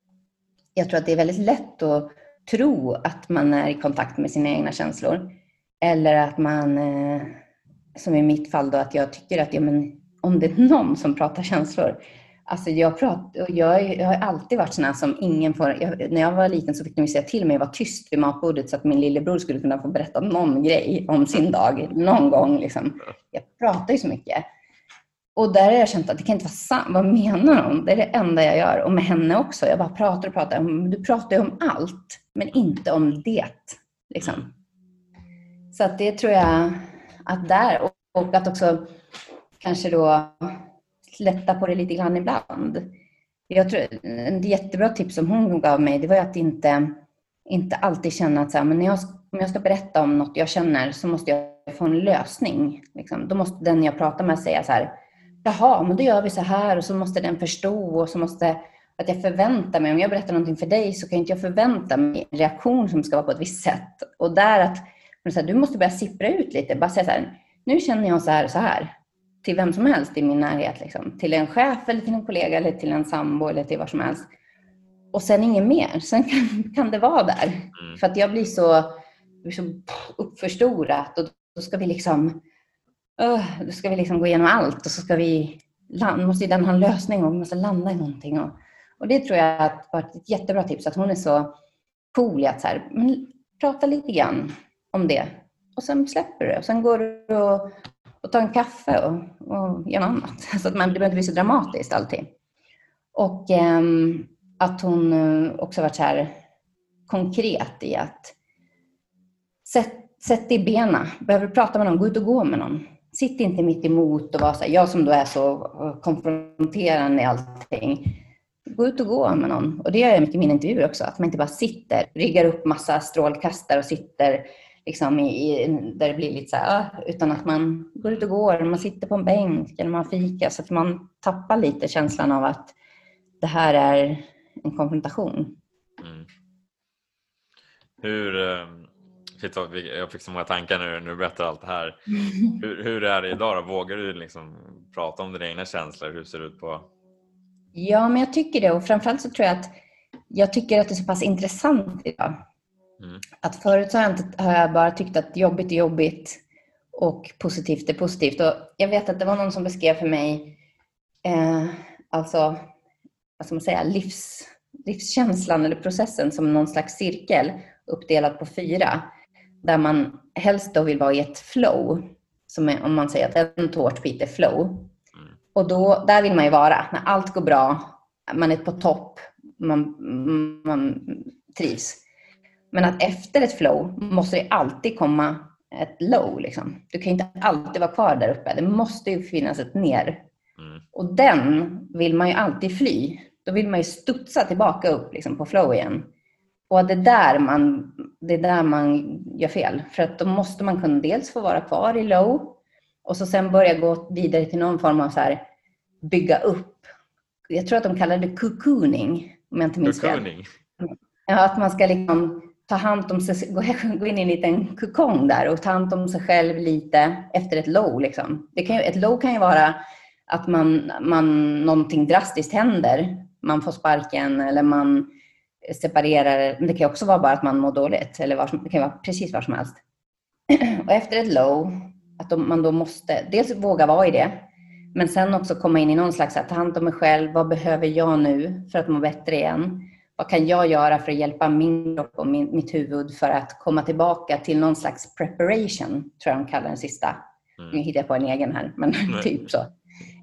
jag tror att det är väldigt lätt att tro att man är i kontakt med sina egna känslor. Eller att man, eh, som i mitt fall då, att jag tycker att ja, men, om det är någon som pratar känslor. Alltså jag, pratar, jag, jag har alltid varit sån här som ingen får... Jag, när jag var liten så fick de säga till mig att vara tyst vid matbordet så att min lillebror skulle kunna få berätta någon grej om sin dag. Någon gång liksom. Jag pratar ju så mycket. Och där har jag känt att det kan inte vara sant. Vad menar hon? Det är det enda jag gör. Och med henne också. Jag bara pratar och pratar. Du pratar ju om allt. Men inte om det. Liksom. Så att det tror jag att där. Och, och att också kanske då lätta på det lite grann ibland. Jag tror, en jättebra tips som hon gav mig. Det var att inte, inte alltid känna att så här, men när jag, om jag ska berätta om något jag känner så måste jag få en lösning. Liksom. Då måste den jag pratar med säga så här. Jaha, men då gör vi så här och så måste den förstå och så måste att jag förväntar mig, om jag berättar någonting för dig så kan inte jag förvänta mig en reaktion som ska vara på ett visst sätt. Och där att så här, du måste börja sippra ut lite, bara säga så här, nu känner jag så här och så här. Till vem som helst i min närhet. Liksom. Till en chef eller till en kollega eller till en sambo eller till vad som helst. Och sen ingen mer. Sen kan, kan det vara där. Mm. För att jag blir så, blir så uppförstorat och då ska vi liksom Uh, då ska vi liksom gå igenom allt och så ska vi land, måste den ha en lösning och vi måste landa i någonting. Och, och det tror jag att var ett jättebra tips att hon är så cool i att så här, men prata lite grann om det. Och sen släpper du det. Och sen går du och, och tar en kaffe och, och gör något annat. Så att man, det behöver inte bli så dramatiskt alltid. Och um, att hon också varit så här konkret i att sätt, sätt dig i benen. Behöver du prata med någon, gå ut och gå med någon. Sitt inte mitt emot och vara så här, jag som då är så konfronterande i allting. Gå ut och gå med någon. Och det gör jag mycket i mina intervjuer också. Att man inte bara sitter, riggar upp massa strålkastare och sitter liksom i, i, där det blir lite så här. Utan att man går ut och går, man sitter på en bänk eller man fikar. Så att man tappar lite känslan av att det här är en konfrontation. Mm. Hur... Um... Jag fick så många tankar nu när du berättar allt det här. Hur, hur är det idag då? Vågar du liksom prata om dina egna känslor? Hur ser det ut på? Ja, men jag tycker det. Och framförallt så tror jag att jag tycker att det är så pass intressant idag. Mm. Att förut så har jag, inte, har jag bara tyckt att jobbigt är jobbigt och positivt är positivt. Och jag vet att det var någon som beskrev för mig eh, alltså, vad ska man säga, livs, livskänslan eller processen som någon slags cirkel uppdelat på fyra. Där man helst då vill vara i ett flow. Som är, om man säger att en tårtbit är flow. Mm. Och då, där vill man ju vara. När allt går bra. Man är på topp. Man, man trivs. Men att efter ett flow måste det alltid komma ett low. Liksom. Du kan inte alltid vara kvar där uppe. Det måste ju finnas ett ner. Mm. Och den vill man ju alltid fly. Då vill man ju studsa tillbaka upp liksom, på flow igen. Och det är, där man, det är där man gör fel. För att då måste man kunna dels få vara kvar i low. Och så sen börja gå vidare till någon form av så här, bygga upp. Jag tror att de kallar det cocooning. Om jag inte minns fel. Ja, att man ska liksom ta hand om sig. Gå, gå in i en liten kokong där. Och ta hand om sig själv lite efter ett low. Liksom. Det kan ju, ett low kan ju vara att man, man, någonting drastiskt händer. Man får sparken eller man... separerar, men det kan också vara bara att man mår dåligt eller var som, det kan vara precis vad som helst. Och efter ett low att man då måste dels våga vara i det, men sen också komma in i någon slags att ta hand om mig själv, vad behöver jag nu för att må bättre igen, vad kan jag göra för att hjälpa min kropp och min, mitt huvud för att komma tillbaka till någon slags preparation, tror jag de kallar den sista. Mm. Nu hittar jag på en egen här, men typ så.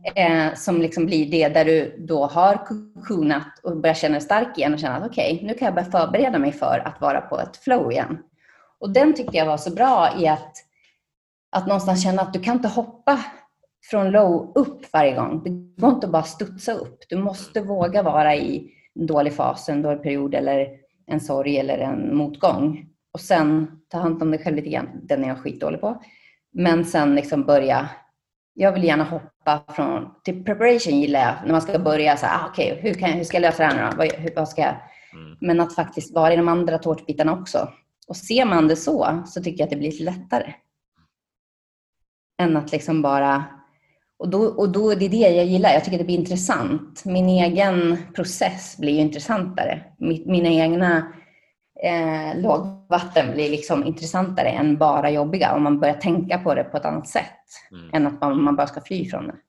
Eh, som liksom blir det där du då har cocoonat och börjar känna dig stark igen och känna att okej, okay, nu kan jag börja förbereda mig för att vara på ett flow igen. Och den tyckte jag var så bra i att, att någonstans känna att du kan inte hoppa från low upp varje gång. Det går inte att bara studsa upp. Du måste våga vara i en dålig fas, en dålig period eller en sorg eller en motgång. Och sen ta hand om dig själv lite grann. Den är jag skitdålig på. Men sen liksom börja. Jag vill gärna hoppa från till preparation gillar jag. När man ska börja så här, ah, okej, okay, hur, kan jag, hur ska jag lösa det här nu då? Vad, hur, vad ska jag? Mm. Men att faktiskt vara i de andra tårtbitarna också. Och ser man det så, så tycker jag att det blir lite lättare. Än att liksom bara... Och då, och då det är det jag gillar. Jag tycker det blir intressant. Min egen process blir ju intressantare. Mina egna eh, lågvatten blir liksom intressantare än bara jobbiga. Om man börjar tänka på det på ett annat sätt. Mm. Än att man, man bara ska fly från det.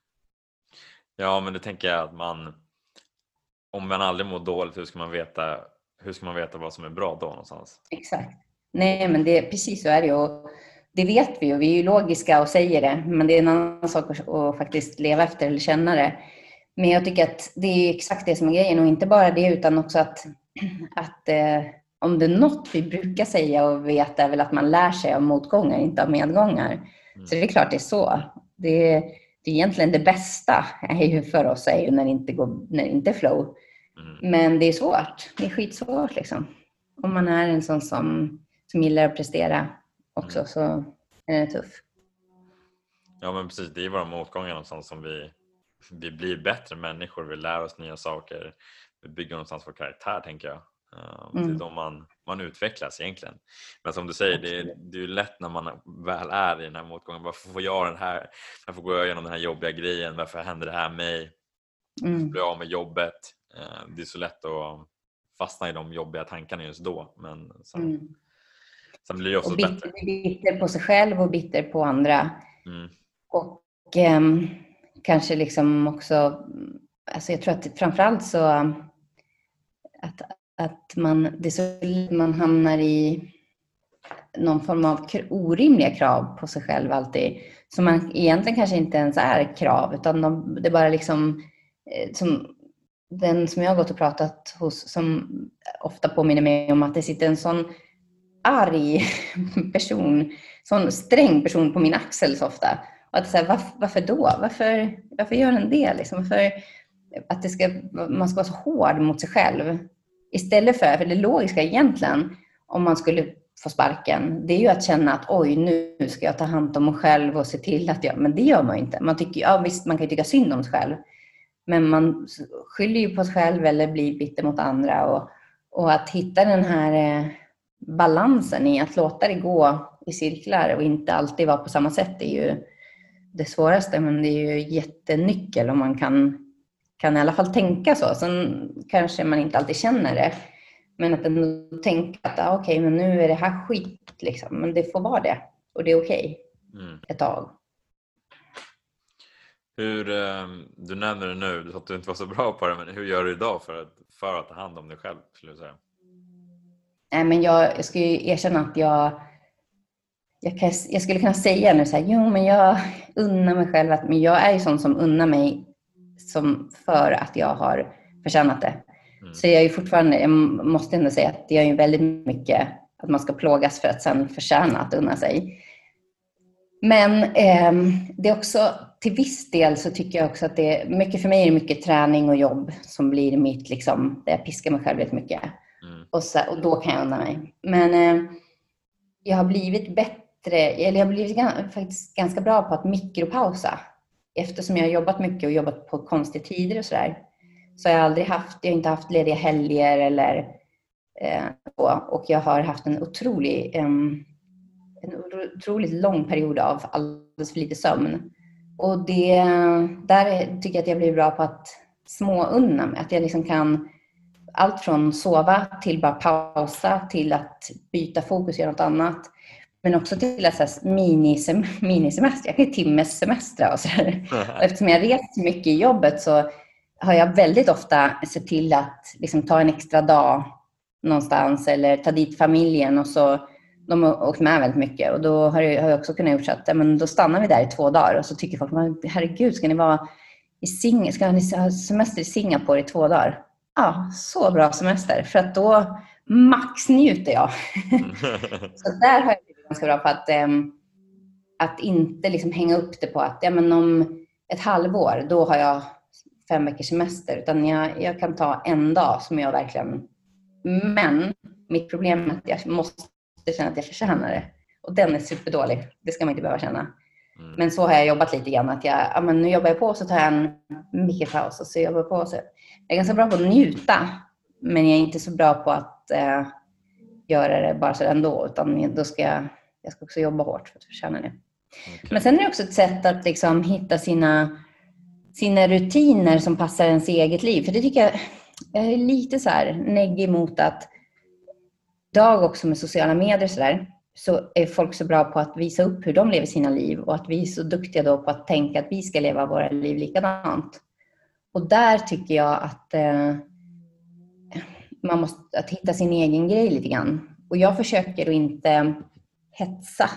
Ja, men det tänker jag att man... Om man aldrig mår dåligt, hur ska man veta, hur ska man veta vad som är bra då någonstans? Exakt. Nej, men det, precis så är det ju. Det vet vi ju, vi är ju logiska och säger det, men det är en annan sak att faktiskt leva efter eller känna det. Men jag tycker att det är exakt det som är grejen, och inte bara det utan också att, att eh, om det är något vi brukar säga och veta är väl att man lär sig av motgångar, inte av medgångar. Mm. Så det är klart det är så. Det, det är egentligen det bästa är ju för oss är ju när det inte går, när det inte är flow. Mm. Men det är svårt, det är skitsvårt liksom. Om man är en sån som, som gillar att prestera också, så är det tuff. Ja, men precis, det är våra motgångar någonstans som vi, vi blir bättre människor, vi lär oss nya saker, vi bygger någonstans vår karaktär, tänker jag. Uh, mm. Det är då man, man utvecklas egentligen. Men som du säger, det är, det är ju lätt när man väl är i den här motgången. Varför får jag den här, varför går jag igenom den här jobbiga grejen, varför händer det här mig? Mm. Varför blir jag av med jobbet? Uh, det är så lätt att fastna i de jobbiga tankarna just då, men sen, mm. sen blir det också och bitter, bättre. Bitter på sig själv och bitter på andra. Mm. Och um, kanske liksom också, alltså jag tror att framförallt så att, att man, det är så, man hamnar i någon form av orimliga krav på sig själv alltid. Som man egentligen kanske inte ens är krav, utan de, det är bara liksom som den som jag har gått och pratat hos, som ofta påminner mig om att det sitter en sån arg person, sån sträng person på min axel så ofta. Och att säga, varför, varför då? Varför, varför gör den det? Liksom? Varför att det ska, man ska vara så hård mot sig själv. Istället för, för det logiska egentligen, om man skulle få sparken, det är ju att känna att oj, nu ska jag ta hand om mig själv och se till att jag, men det gör man ju inte. Man tycker, ja visst, man kan ju tycka synd om sig själv. Men man skyller ju på sig själv eller blir bitter mot andra. Och, och att hitta den här eh, balansen i att låta det gå i cirklar och inte alltid vara på samma sätt är ju det svåraste. Men det är ju jättenyckel om man kan, kan i alla fall tänka så. Sen kanske man inte alltid känner det. Men att ändå tänka att ah, okej, okay, men nu är det här skit liksom. Men det får vara det. Och det är okej okay, mm. ett tag. Hur, du nämner det nu, du sa att du inte var så bra på det, men hur gör du idag för att, för att ta hand om dig själv, skulle du säga? Nej, men jag, jag ska ju erkänna att jag, jag, kan, jag skulle kunna säga nu så här, jo men jag unnar mig själv, att, men jag är ju sån som unnar mig som för att jag har förtjänat det. Mm. Så jag är ju fortfarande, jag måste ändå säga att jag är ju väldigt mycket att man ska plågas för att sen förtjäna att unna sig. Men eh, det är också till viss del så tycker jag också att det är mycket, för mig är det mycket träning och jobb som blir mitt liksom, där jag piskar mig själv väldigt mycket. Mm. Och, så, och då kan jag unna mig. Men eh, jag har blivit bättre, eller jag har blivit ganska, faktiskt ganska bra på att mikropausa. Eftersom jag har jobbat mycket och jobbat på konstiga tider och sådär. Så jag har aldrig haft, jag har inte haft lediga helger eller eh, och jag har haft en otrolig eh, en otroligt lång period av alldeles för lite sömn. Och det, där tycker jag att jag blir bra på att småunna mig. Att jag liksom kan allt från sova till bara pausa till att byta fokus och göra något annat. Men också till att så minisem, minisemester. Jag kan ju timmes semester och sådär. Och eftersom jag reser mycket i jobbet så har jag väldigt ofta sett till att liksom ta en extra dag någonstans eller ta dit familjen och så de har åkt med väldigt mycket. Och då har jag, har jag också kunnat gjort så att ja, men då stannar vi där i två dagar. Och så tycker folk, herregud, ska ni vara i Sing- ska ni ha semester i Singapore i två dagar? Ja, så bra semester. För att då maxnjuter jag. Så där har jag blivit ganska bra på att, äm, att inte liksom hänga upp det på att ja, men om ett halvår, då har jag fem veckors semester. Utan jag, jag kan ta en dag som jag verkligen... Men mitt problem är att jag måste känna att jag förtjänar det. Och den är superdålig. Det ska man inte behöva känna. Mm. Men så har jag jobbat lite grann. Att jag, ja, men nu jobbar jag på så tar jag en mikropaus. Och så jobbar jag på. Så jag är ganska bra på att njuta. Men jag är inte så bra på att eh, göra det bara så ändå. Utan då ska jag, jag ska också jobba hårt för att förtjäna det. Okay. Men sen är det också ett sätt att liksom hitta sina, sina rutiner som passar ens eget liv. För det tycker jag, jag är lite så här negg emot att idag också med sociala medier så där, så är folk så bra på att visa upp hur de lever sina liv. Och att vi är så duktiga då på att tänka att vi ska leva våra liv likadant. Och där tycker jag att eh, man måste att hitta sin egen grej lite grann. Och jag försöker att inte hetsa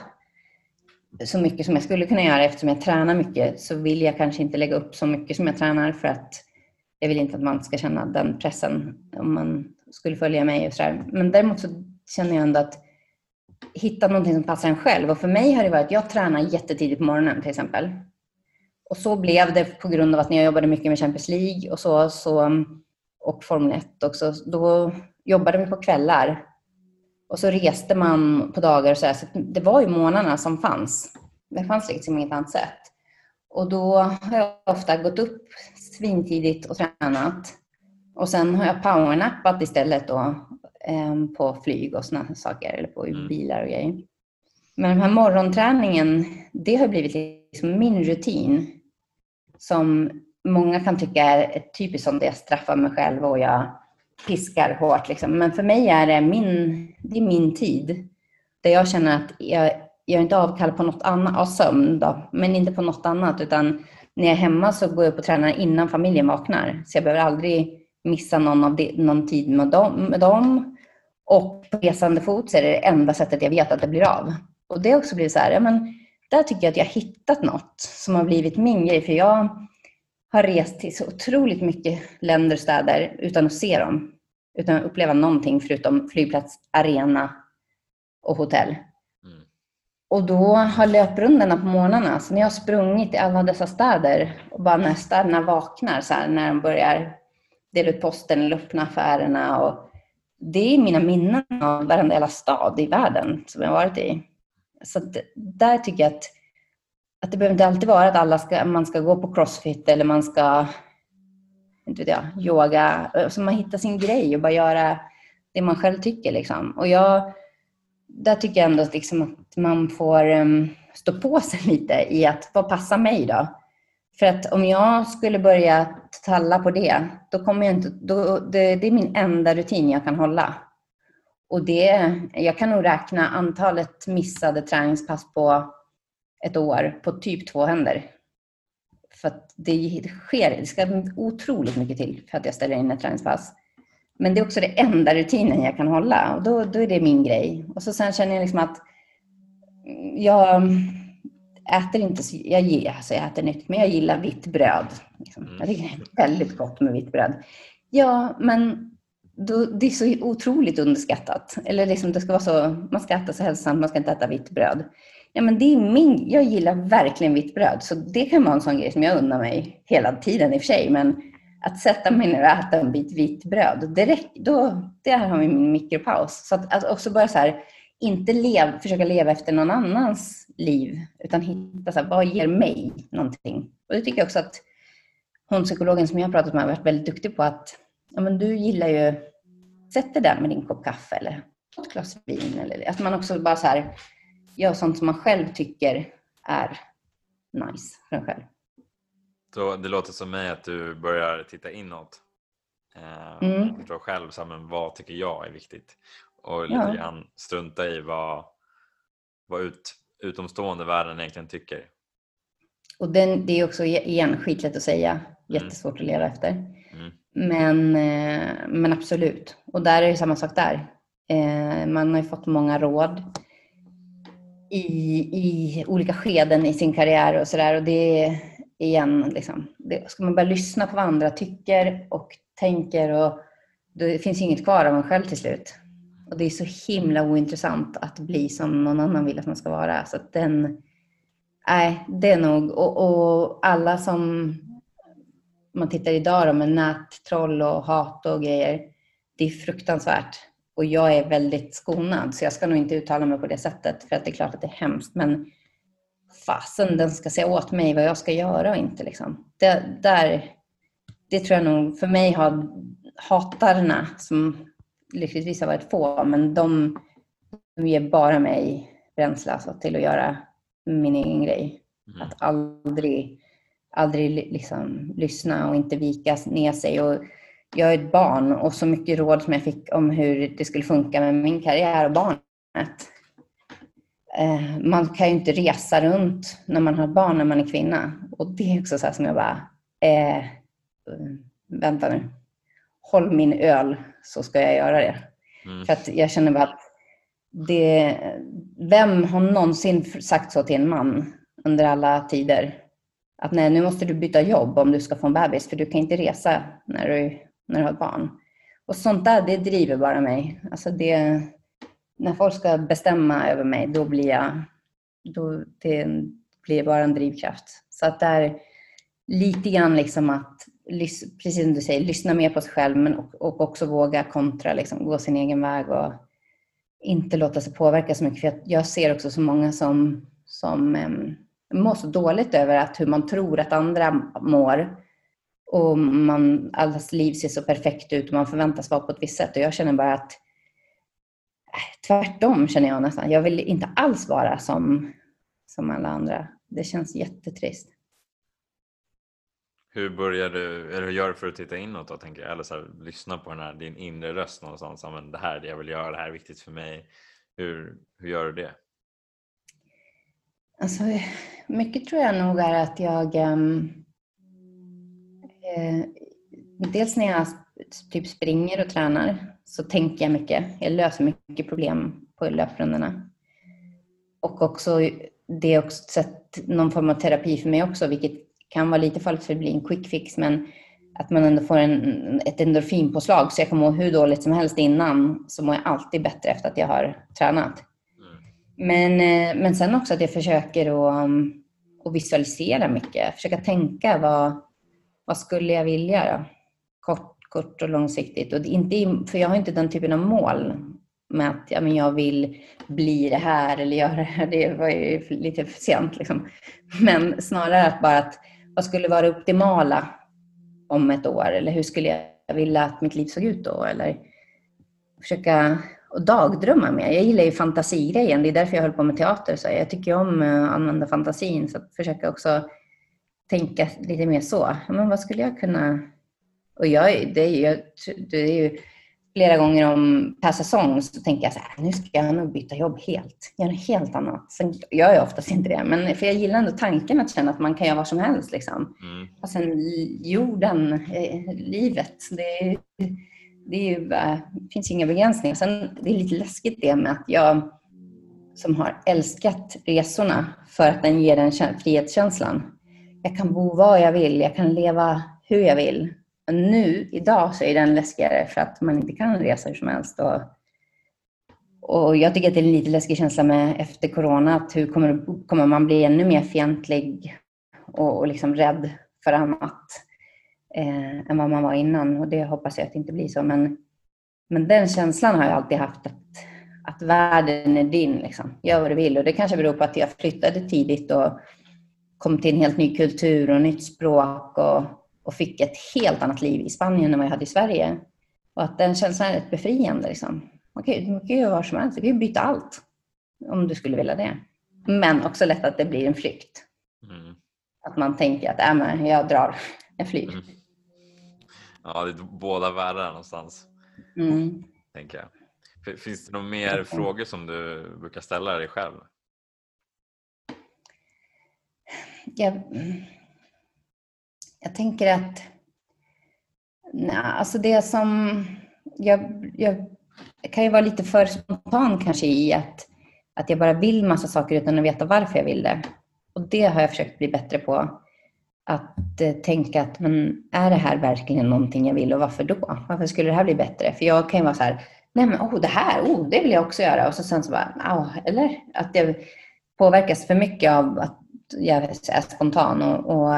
så mycket som jag skulle kunna göra. Eftersom jag tränar mycket så vill jag kanske inte lägga upp så mycket som jag tränar. För att jag vill inte att man ska känna den pressen om man skulle följa mig och sådär. Men däremot så känner jag ändå att hitta någonting som passar en själv. Och för mig har det varit att jag tränar jättetidigt på morgonen till exempel. Och så blev det på grund av att när jag jobbade mycket med Champions League och så, så och Formel ett också. Då jobbade vi på kvällar. Och så reste man på dagar och så här. Så det var ju månaderna som fanns. Det fanns liksom inget annat sätt. Och då har jag ofta gått upp svintidigt och tränat. Och sen har jag powernappat istället då. Eh, på flyg och såna saker. Eller på mm. bilar och grejer. Men den här morgonträningen, det har blivit liksom min rutin. Som många kan tycka är typiskt som det jag straffar mig själv och jag piskar hårt. Liksom. Men för mig är det min, det är min tid. Där jag känner att jag, jag är inte avkall på något annat. Av sömn då, men inte på något annat. Utan när jag är hemma så går jag upp och tränar innan familjen vaknar. Så jag behöver aldrig missa någon, av det, någon tid med dem, med dem. Och på resande fot så är det det enda sättet jag vet att det blir av. Och det har också blivit så här, ja, men där tycker jag att jag har hittat något som har blivit min grej. För jag har rest till så otroligt mycket länder och städer utan att se dem. Utan att uppleva någonting förutom flygplats, arena och hotell. Mm. Och då har löprundorna på morgnarna. Så när jag har sprungit i alla dessa städer och bara när städerna vaknar så här, när de börjar dela ut posten eller öppna affärerna. Och det är mina minnen av varenda jävla stad i världen som jag har varit i. Så att där tycker jag att, att det behöver inte alltid vara att alla ska, man ska gå på crossfit eller man ska inte vet jag, yoga. Så man hittar sin grej och bara göra det man själv tycker. Liksom. Och jag, där tycker jag ändå att, liksom att man får um, stå på sig lite i att vad passar mig då? För att om jag skulle börja talla på det, då kommer jag inte, då, det, det är min enda rutin jag kan hålla. Och det, jag kan nog räkna antalet missade träningspass på ett år på typ två händer. För att det sker, det ska otroligt mycket till för att jag ställer in ett träningspass. Men det är också det enda rutinen jag kan hålla. Och då, då är det min grej. Och så sen känner jag liksom att jag äter inte, jag, gillar, alltså jag äter nytt, men jag gillar vitt bröd. Liksom. Jag tycker det är väldigt gott med vitt bröd. Ja, men då, det är så otroligt underskattat. Eller liksom det ska vara så, man ska äta så hälsosamt, man ska inte äta vitt bröd. Ja, men det är min, jag gillar verkligen vitt bröd. Så det kan vara en sån grej som jag undrar mig hela tiden i och för sig. Men att sätta mig ner och äta en bit vitt bröd, direkt, då, det här har vi min mikropaus. Så att, att också bara så här, inte lev, försöka leva efter någon annans liv. Utan hitta så här, vad ger mig någonting. Och det tycker jag också att hon psykologen som jag har pratat med har varit väldigt duktig på. Att ja, men du gillar ju, sätt dig där med din kopp kaffe eller ett glas vin. Eller, att man också bara så här, gör sånt som man själv tycker är nice för en själv. Så det låter som mig att du börjar titta inåt. Eh, mm. Jag förstår själv så här, men vad tycker jag är viktigt. Och lite ja. grann strunta i vad, vad ut, utomstående världen egentligen tycker. Och den, det är också igen skitlätt att säga. Jättesvårt mm. att leva efter. Mm. Men, eh, men absolut. Och där är det samma sak där. Eh, man har ju fått många råd. i, i olika skeden i sin karriär och sådär. Och det är igen, liksom, det, ska man bara lyssna på vad andra tycker och tänker, och det finns inget kvar av en själv till slut. Och det är så himla ointressant att bli som någon annan vill att man ska vara. Så att den, nej, det är nog, och, och alla som man tittar idag då, med nättroll och hat och grejer, det är fruktansvärt. Och jag är väldigt skonad, så jag ska nog inte uttala mig på det sättet, för att det är klart att det är hemskt. Men fasen, den ska säga åt mig vad jag ska göra och inte. Liksom. Det, där, det tror jag nog, för mig har hatarna, som lyckligtvis har varit få, men de, de ger bara mig bränsle alltså, till att göra min egen grej. Mm. Att aldrig, aldrig liksom, lyssna och inte vika ner sig. Och jag är ett barn, och så mycket råd som jag fick om hur det skulle funka med min karriär och barnet. Eh, man kan ju inte resa runt när man har barn, när man är kvinna. Och det är också så här som jag bara, eh, vänta nu. Håll min öl, så ska jag göra det. Mm. För att jag känner bara att det, vem har någonsin sagt så till en man under alla tider? Att nej, nu måste du byta jobb om du ska få en bebis, för du kan inte resa när du, när du har ett barn. Och sånt där, det driver bara mig. Alltså det, när folk ska bestämma över mig, då blir jag, då det blir bara en drivkraft. Så att det är lite grann liksom att, precis som du säger, lyssna mer på sig själv, men och också våga kontra, liksom, gå sin egen väg och inte låta sig påverka så mycket. För jag ser också så många som, som um, mår så dåligt över att hur man tror att andra mår, och man, allas liv ser så perfekt ut och man förväntas vara på ett visst sätt. Och jag känner bara att äh, tvärtom känner jag nästan. Jag vill inte alls vara som, som alla andra. Det känns jättetrist. Hur börjar du, eller hur gör du för att titta inåt då, tänker jag? Eller så här, lyssna på den här, din inre röst någonstans. Men det här är det jag vill göra, det här är viktigt för mig. Hur, hur gör du det? Alltså, mycket tror jag nog är att jag um, eh, dels när jag typ springer och tränar så tänker jag mycket. Jag löser mycket problem på löprundorna. Och också, det är också sett någon form av terapi för mig också, vilket kan vara lite farligt för att bli en quick fix, men att man ändå får en, ett endorfinpåslag, så jag kan må hur dåligt som helst innan, så mår jag alltid bättre efter att jag har tränat. Men, men sen också att jag försöker att, att visualisera mycket. Försöka tänka vad, vad skulle jag vilja då? Kort, kort och långsiktigt. Och inte, för jag har inte den typen av mål med att ja, men jag vill bli det här eller göra det här. Det var ju lite för sent. Liksom. Men snarare att bara att vad skulle vara det optimala om ett år? Eller hur skulle jag vilja att mitt liv såg ut då? Eller försöka... Och dagdrömma med. Jag gillar ju fantasigrejen. Det är därför jag håller på med teater. Så jag tycker om att använda fantasin. Så att försöka också tänka lite mer så. Men vad skulle jag kunna... Och jag, det, är ju, det är ju flera gånger om per säsong så tänker jag så här, nu ska jag nog byta jobb helt. Göra något helt annat. Sen gör jag oftast inte det. Men för jag gillar ändå tanken att känna att man kan göra vad som helst. Liksom. Mm. Och sen jorden, eh, livet. Det är Det, är ju, det finns inga begränsningar. Sen det är lite läskigt det med att jag som har älskat resorna för att den ger den frihetskänslan. Jag kan bo var jag vill, jag kan leva hur jag vill. Men nu, idag, så är den läskigare för att man inte kan resa hur som helst. Och, och jag tycker att det är en lite läskig känsla med efter corona. Att hur kommer, kommer man bli ännu mer fientlig och, och liksom rädd för annat eh, än vad man var innan. Och det hoppas jag att det inte blir så. Men, men den känslan har jag alltid haft, att, att världen är din. Liksom. Gör vad du vill. Och det kanske beror på att jag flyttade tidigt och kom till en helt ny kultur och nytt språk. Och, och fick ett helt annat liv i Spanien än vad jag hade i Sverige. Och att den känslan är rätt befriande. Liksom. Man kan ju, man kan ju göra vad som helst. Du kan ju byta allt. Om du skulle vilja det. Men också lätt att det blir en flykt. Mm. Att man tänker att äh, men jag drar. Jag flyr. Mm. Ja, det är båda världar någonstans. Mm. Tänker jag. Finns det några mer okay. frågor som du brukar ställa dig själv? Jag, jag tänker att nej, alltså det som jag, jag, jag kan ju vara lite för spontan kanske i att att jag bara vill massa saker utan att veta varför jag vill det. Och det har jag försökt bli bättre på. Att eh, tänka att, men är det här verkligen någonting jag vill och varför då? Varför skulle det här bli bättre? För jag kan ju vara så här, nej men oh, det här, oh, det vill jag också göra. Och så sen så bara, oh, eller att jag påverkas för mycket av att jag är spontan. Och, och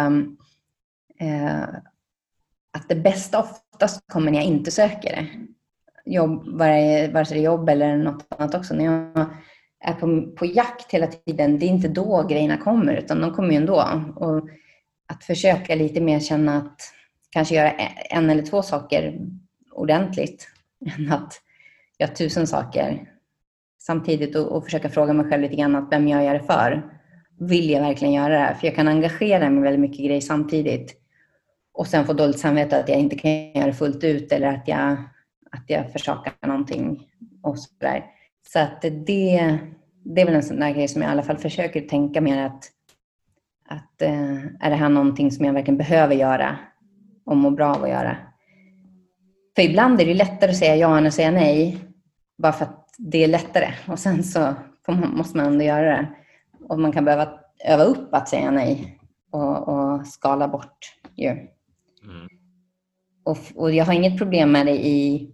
eh, att det bästa oftast kommer när jag inte söker det. Jobb, vare sig det är jobb eller något annat också. När jag är på, på jakt hela tiden, det är inte då grejerna kommer, utan de kommer ju ändå. Och att försöka lite mer känna att kanske göra en eller två saker ordentligt än att göra tusen saker samtidigt, och, och försöka fråga mig själv lite grann att vem jag gör det för. Vill jag verkligen göra det här? För jag kan engagera mig väldigt mycket grejer samtidigt och sen få dåligt samvete att jag inte kan göra det fullt ut eller att jag, att jag försakar någonting och så där. Så att det, det är väl en sån där grej som jag i alla fall försöker tänka mer att Att, eh, är det här någonting som jag verkligen behöver göra och må bra av att göra? För ibland är det lättare att säga ja än att säga nej. Bara för att det är lättare. Och sen så man, måste man ändå göra det. Och man kan behöva öva upp att säga nej. Och, och skala bort ju. Mm. Och, och jag har inget problem med det i,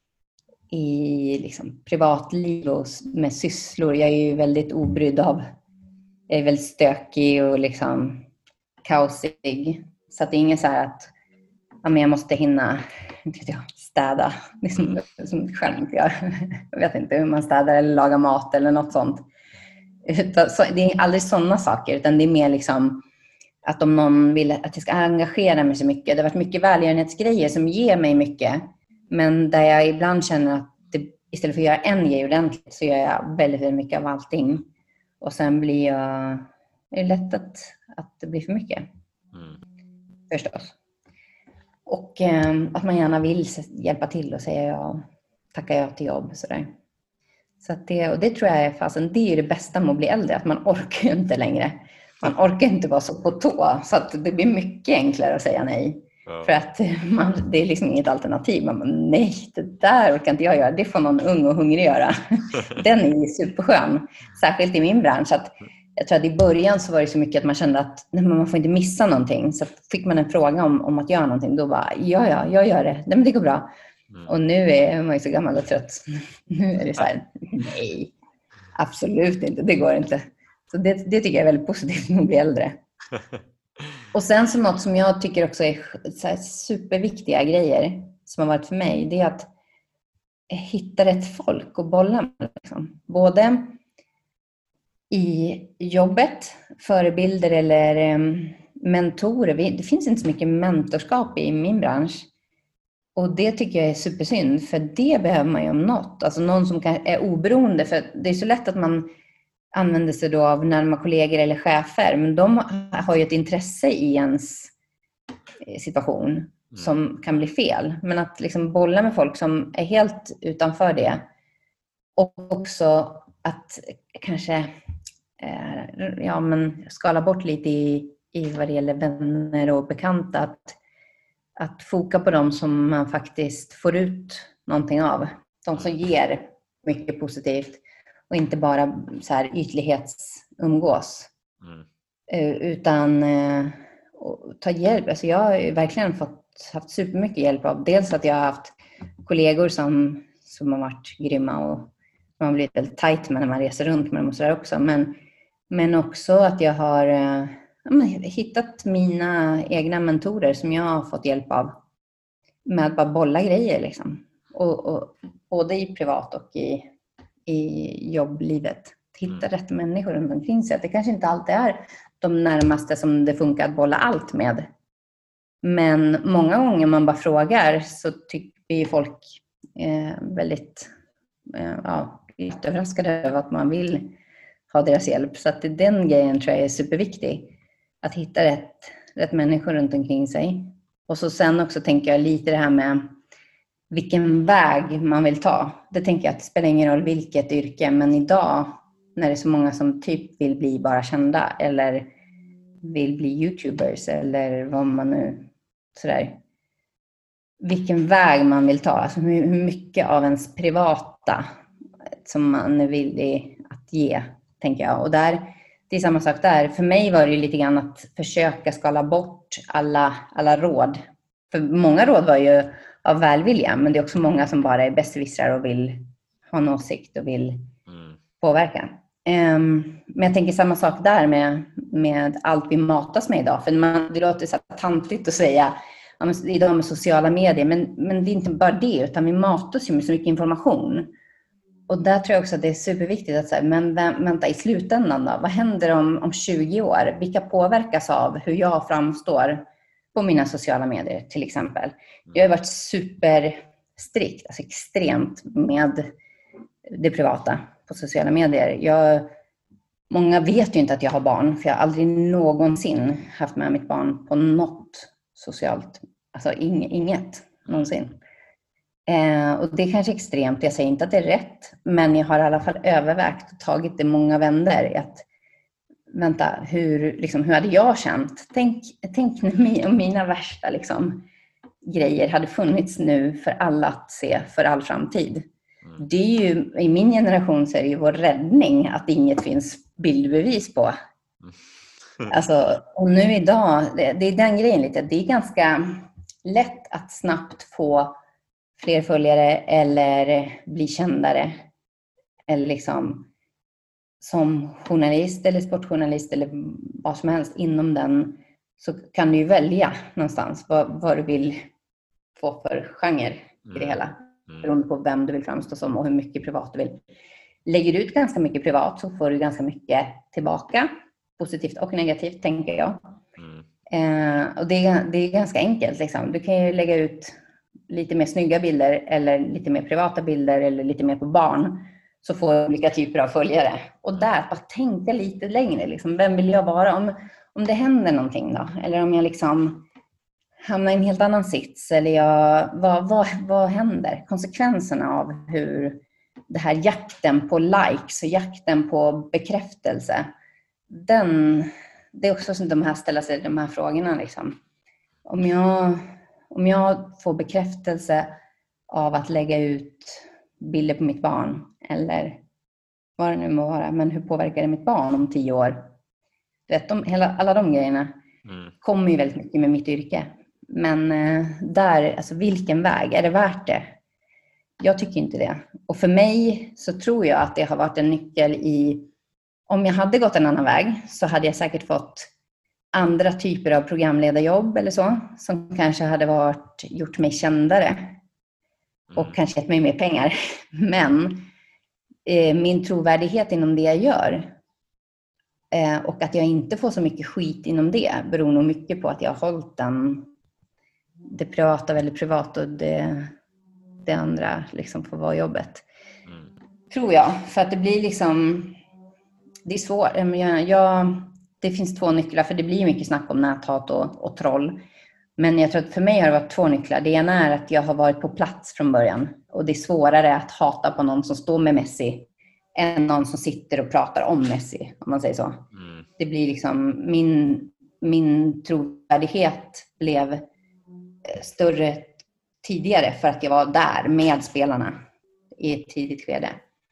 i liksom privatliv och med sysslor. Jag är ju väldigt obrydd av... Jag är väldigt stökig och liksom kaosig. Så att det är inget så här att ja, men jag måste hinna vet jag, städa. Liksom, som själv. Jag, jag vet inte hur man städar eller lagar mat eller något sånt. Utan, så, det är aldrig sådana saker. Utan det är mer liksom att om någon vill att jag ska engagera mig så mycket. Det har varit mycket välgörenhetsgrejer som ger mig mycket. Men där jag ibland känner att det, istället för att göra en grej ordentligt så gör jag väldigt, väldigt mycket av allting. Och sen blir jag... Det är lätt att, att det blir för mycket. Mm. Förstås. Och eh, att man gärna vill hjälpa till och säga ja. Tacka ja till jobb. Sådär. Så att det, och det tror jag är fasen. Det är det bästa med att bli äldre. Att man orkar ju inte längre. Man orkar inte vara så på tå. Så att det blir mycket enklare att säga nej. Ja. För att man, det är liksom inget alternativ. Man bara, nej, det där orkar inte jag göra. Det får någon ung och hungrig göra. Den är ju superskön. Särskilt i min bransch. Att jag tror att i början så var det så mycket att man kände att nej, man får inte missa någonting. Så fick man en fråga om, om att göra någonting. Då bara, ja, ja, jag gör det. Nej, men det går bra. Mm. Och nu är man ju så gammal och trött. Nu är det så här, nej, absolut inte. Det går inte. Så det, det tycker jag är väldigt positivt när man blir äldre. Och sen så något som jag tycker också är så här superviktiga grejer som har varit för mig, det är att hitta rätt folk och bolla med. Liksom. Både i jobbet, förebilder eller um, mentorer. Det finns inte så mycket mentorskap i min bransch. Och det tycker jag är supersynd, för det behöver man ju om något. Alltså någon som kan, är oberoende, för det är så lätt att man använder sig då av närmare kollegor eller chefer, men de har ju ett intresse i ens situation mm. som kan bli fel. Men att liksom bolla med folk som är helt utanför det, och också att kanske eh, ja, men skala bort lite i, i vad det gäller vänner och bekanta, att, att foka på dem som man faktiskt får ut någonting av. De som ger mycket positivt. Och inte bara så här ytlighetsumgås. Mm. Utan eh, ta hjälp. Alltså jag har verkligen fått, haft supermycket hjälp av. Dels att jag har haft kollegor som, som har varit grymma. Och man har blivit väldigt tajt med när man reser runt med dem och sådär också. Men, men också att jag har eh, hittat mina egna mentorer som jag har fått hjälp av. Med att bara bolla grejer liksom. Och, och, både i privat och i... i jobblivet. Hitta rätt människor runt omkring sig. Att det kanske inte alltid är de närmaste som det funkar att bolla allt med. Men många gånger man bara frågar så tycker ju folk eh, väldigt eh, ja, överraskade över att man vill ha deras hjälp. Så att den grejen tror jag är superviktig. Att hitta rätt, rätt människor runt omkring sig. Och så sen också tänker jag lite det här med vilken väg man vill ta. Det tänker jag att det spelar ingen roll vilket yrke. Men idag när det är så många som typ vill bli bara kända. Eller vill bli YouTubers. Eller vad man nu sådär. Vilken väg man vill ta. Alltså hur mycket av ens privata som man är villig att ge, tänker jag. Och där, det är samma sak där. För mig var det ju lite grann att försöka skala bort alla, alla råd. För många råd var ju av välvilja, men det är också många som bara är besserwissrar och vill ha en åsikt och vill mm. påverka. Um, men jag tänker samma sak där med, med allt vi matas med idag. För man, det låter så tantigt att säga ja, men idag med sociala medier, men, men det är inte bara det, utan vi matas ju med så mycket information. Och där tror jag också att det är superviktigt att säga, men vänta, i slutändan då? Vad händer om, om tjugo år? Vilka påverkas av hur jag framstår på mina sociala medier till exempel? Jag har varit superstrikt, alltså extremt med det privata på sociala medier. Jag, många vet ju inte att jag har barn, för jag har aldrig någonsin haft med mitt barn på något socialt, alltså ing, inget någonsin. Eh, och det är kanske extremt, jag säger inte att det är rätt, men jag har i alla fall övervägt och tagit det många vänder att vänta, hur, liksom, hur hade jag känt? Tänk, tänk om mina värsta liksom, grejer hade funnits nu för alla att se för all framtid. Mm. Det är ju, i min generation så är det ju vår räddning att inget finns bildbevis på. Mm. Alltså, och nu idag, det, det är den grejen lite, det är ganska lätt att snabbt få fler följare eller bli kändare. Eller liksom som journalist eller sportjournalist eller vad som helst inom den, så kan du ju välja någonstans vad, vad du vill få för genre i det hela. Mm. Beroende på vem du vill framstå som och hur mycket privat du vill. Lägger du ut ganska mycket privat så får du ganska mycket tillbaka. Positivt och negativt, tänker jag. Mm. Eh, och det, det är ganska enkelt. Liksom. Du kan ju lägga ut lite mer snygga bilder eller lite mer privata bilder eller lite mer på barn, så får du olika typer av följare. Och där, bara tänka lite längre. Liksom. Vem vill jag vara? Om, om det händer någonting då? Eller om jag liksom hamnar i en helt annan sits? Eller jag, vad, vad, vad händer? Konsekvenserna av hur det här jakten på likes och jakten på bekräftelse, den, det är också som de här ställer sig de här frågorna. Liksom. Om jag... Om jag får bekräftelse av att lägga ut bilder på mitt barn eller vad det nu må vara, men hur påverkar det mitt barn om tio år? Vet, de, hela, alla de grejerna mm. kommer ju väldigt mycket med mitt yrke. Men eh, där, alltså vilken väg? Är det värt det? Jag tycker inte det. Och för mig så tror jag att det har varit en nyckel i, om jag hade gått en annan väg så hade jag säkert fått andra typer av programledarjobb eller så, som kanske hade varit, gjort mig kändare och mm. kanske gett mig mer pengar. Men eh, min trovärdighet inom det jag gör eh, och att jag inte får så mycket skit inom det beror nog mycket på att jag har hållit den, det privata väldigt privat och det, det andra liksom får vara jobbet. Mm. Tror jag, för att det blir liksom, det är svårt. Jag, jag Det finns två nycklar, för det blir mycket snack om näthat och, och troll. Men jag tror att för mig har det varit två nycklar. Det ena är att jag har varit på plats från början. Och det är svårare att hata på någon som står med Messi än någon som sitter och pratar om Messi, om man säger så. Mm. Det blir liksom, min, min trovärdighet blev större tidigare för att jag var där med spelarna i ett tidigt skede.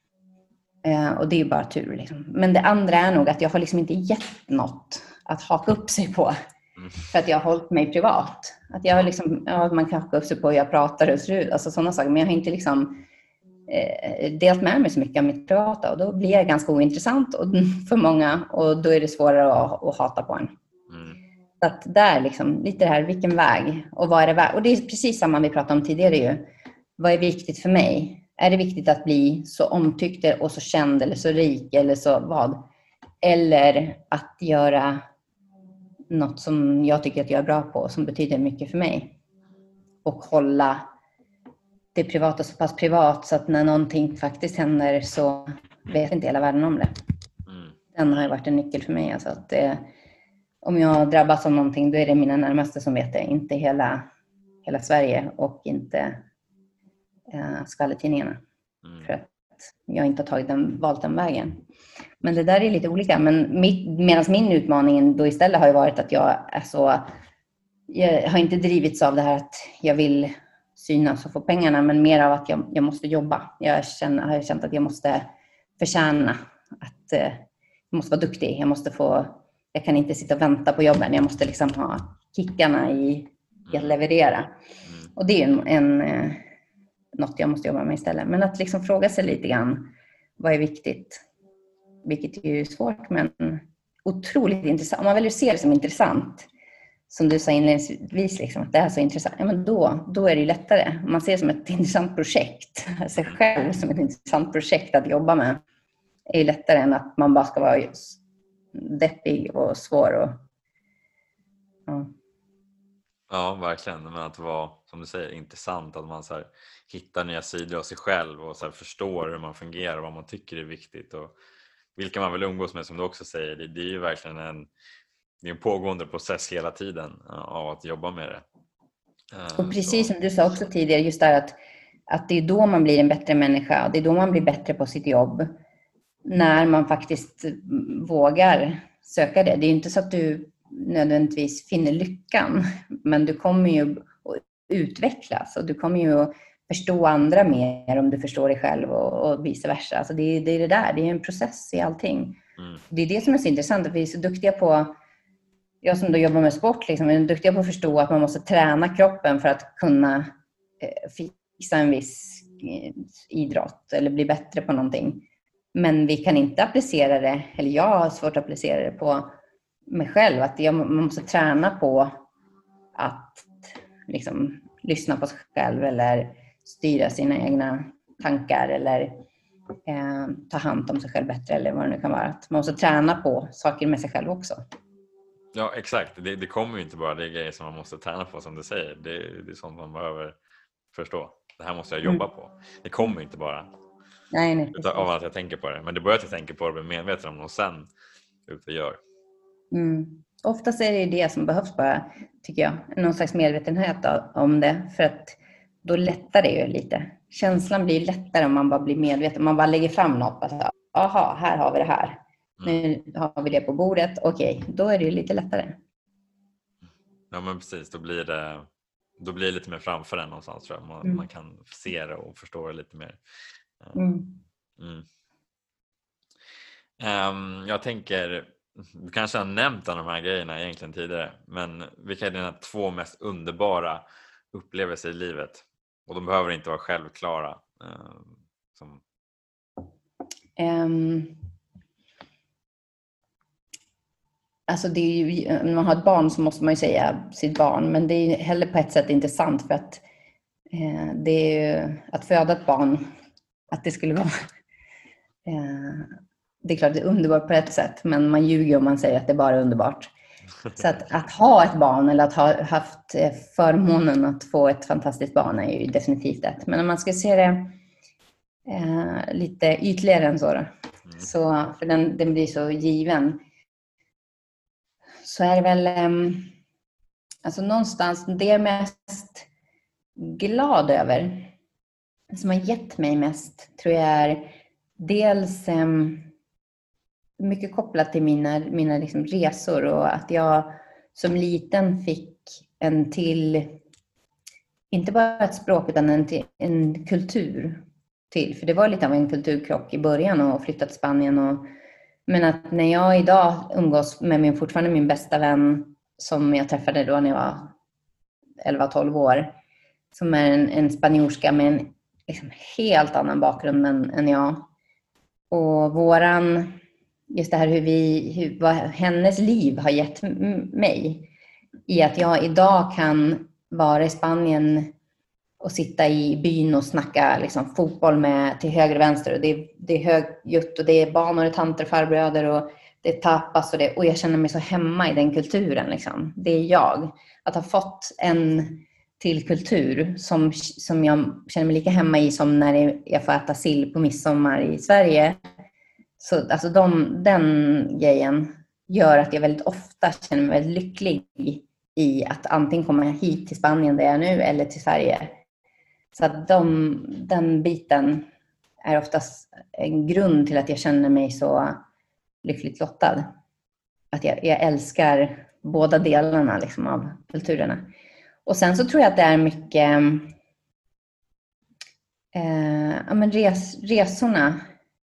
Uh, och det är ju bara tur. Liksom. Men det andra är nog att jag har liksom inte gett något att haka upp sig på. Mm. För att jag har hållit mig privat. Att jag har liksom, ja, man kan haka upp sig på hur jag pratar och ser ut. Alltså sådana saker. Men jag har inte liksom eh, delat med mig så mycket av mitt privata. Och då blir jag ganska ointressant och, för många. Och då är det svårare att, att hata på en. Mm. Så att där liksom, lite det här, vilken väg? Och vad är det väg? Och det är precis samma vi pratade om tidigare ju. Vad är viktigt för mig? Är det viktigt att bli så omtyckt och så känd eller så rik eller så vad? Eller att göra något som jag tycker att jag är bra på, som betyder mycket för mig. Och hålla det privata så pass privat så att när någonting faktiskt händer så vet inte hela världen om det. Mm. Den har ju varit en nyckel för mig. Alltså att det, om jag drabbas av någonting, då är det mina närmaste som vet det. Inte hela, hela Sverige och inte Uh, skvallertidningarna. Mm. För att jag inte har tagit den, valt den vägen. Men det där är lite olika. Men medan min utmaning då istället har ju varit att jag är så, jag har inte drivits av det här att jag vill synas och få pengarna, men mer av att jag, jag måste jobba. Jag känner, har känt att jag måste förtjäna att att eh, jag måste vara duktig. Jag måste få, jag kan inte sitta och vänta på jobben. Jag måste liksom ha kickarna i, i att leverera. Mm. Och det är en, en, eh, något jag måste jobba med istället. Men att liksom fråga sig lite grann, vad är viktigt? Vilket är ju svårt, men otroligt intressant. Om man väljer att se det som intressant, som du sa inledningsvis, liksom, att det är så intressant, ja, men då, då är det ju lättare. Om man ser det som ett intressant projekt, sig själv som ett intressant projekt att jobba med, är ju lättare än att man bara ska vara deppig och svår. Och, ja. Ja, verkligen. Men att vara, som du säger, intressant, att man så här, hittar nya sidor av sig själv och så här, förstår hur man fungerar och vad man tycker är viktigt och vilka man vill umgås med, som du också säger. Det, det är ju verkligen en, det är en pågående process hela tiden av att jobba med det. Och precis så, som du sa också tidigare, just där att, att det är då man blir en bättre människa. Det är då man blir bättre på sitt jobb. När man faktiskt vågar söka det. Det är ju inte så att du nödvändigtvis finner lyckan, men du kommer ju att utvecklas och du kommer ju att förstå andra mer om du förstår dig själv och, och vice versa. Alltså det, är, det är det där, det är en process i allting. Mm. Det är det som är så intressant, att vi är så duktiga på, jag som då jobbar med sport, liksom, är duktiga på att förstå att man måste träna kroppen för att kunna eh, fixa en viss eh, idrott eller bli bättre på någonting. Men vi kan inte applicera det, eller jag har svårt att applicera det på mig själv, att jag, man måste träna på att liksom lyssna på sig själv eller styra sina egna tankar eller eh, ta hand om sig själv bättre eller vad det nu kan vara. Att man måste träna på saker med sig själv också. Ja, exakt. Det, det kommer ju inte bara, det är grejer som man måste träna på, som du säger. Det, det är sånt man behöver förstå. Det här måste jag jobba mm. på. Det kommer inte bara nej, nej, av att jag tänker på det. Men det börjar att jag tänker på det och blir medveten om det och sen ut och gör. Mm. Oftast är det det som behövs bara, tycker jag. Någon slags medvetenhet om det. För att då lättar det ju lite. Känslan blir lättare om man bara blir medveten. Man bara lägger fram något. Alltså, aha, här har vi det här. Nu har vi det på bordet. Okej, då är det ju lite lättare. Ja, men precis. Då blir det, då blir det lite mer framför en någonstans, tror jag. Man, mm. man kan se det och förstå det lite mer. Mm. Mm. Um, jag tänker, du kanske har nämnt de här grejerna egentligen tidigare, men vilka är dina två mest underbara upplevelser i livet? Och de behöver inte vara självklara. Uh, som... Um, alltså det är ju, när man har ett barn så måste man ju säga sitt barn, men det är heller på ett sätt inte sant, för att eh, det är ju, att föda ett barn, att det skulle vara eh, det är klart det är underbart på ett sätt, men man ljuger om man säger att det bara är underbart. Så att, att ha ett barn eller att ha haft förmånen att få ett fantastiskt barn är ju definitivt ett. Men om man ska se det eh, lite ytligare än så, då, mm. så för den, den blir så given, så är det väl eh, alltså någonstans det jag är mest glad över, som har gett mig mest, tror jag är dels eh, mycket kopplat till mina, mina liksom resor, och att jag som liten fick en till, inte bara ett språk utan en, till, en kultur till. För det var lite av en kulturkrock i början och flyttat till Spanien. Och, men att när jag idag umgås med min, fortfarande min bästa vän som jag träffade då när jag var elva tolv år, som är en, en spanjorska med en liksom helt annan bakgrund än, än jag. Och våran, just det här hur vi, hur, vad hennes liv har gett mig i att jag idag kan vara i Spanien och sitta i byn och snacka liksom fotboll med till höger och vänster, och det är, det är högljutt och det är barn och tanter, farbröder och det är tapas och det, och jag känner mig så hemma i den kulturen liksom. Det är jag. Att ha fått en till kultur som, som jag känner mig lika hemma i som när jag får äta sill på midsommar i Sverige. Så alltså de, den grejen gör att jag väldigt ofta känner mig väldigt lycklig i att antingen komma hit till Spanien där jag är nu eller till Sverige. Så att de, den biten är oftast en grund till att jag känner mig så lyckligt lottad. Att jag, jag älskar båda delarna liksom av kulturerna. Och sen så tror jag att det är mycket eh, ja, men res, resorna.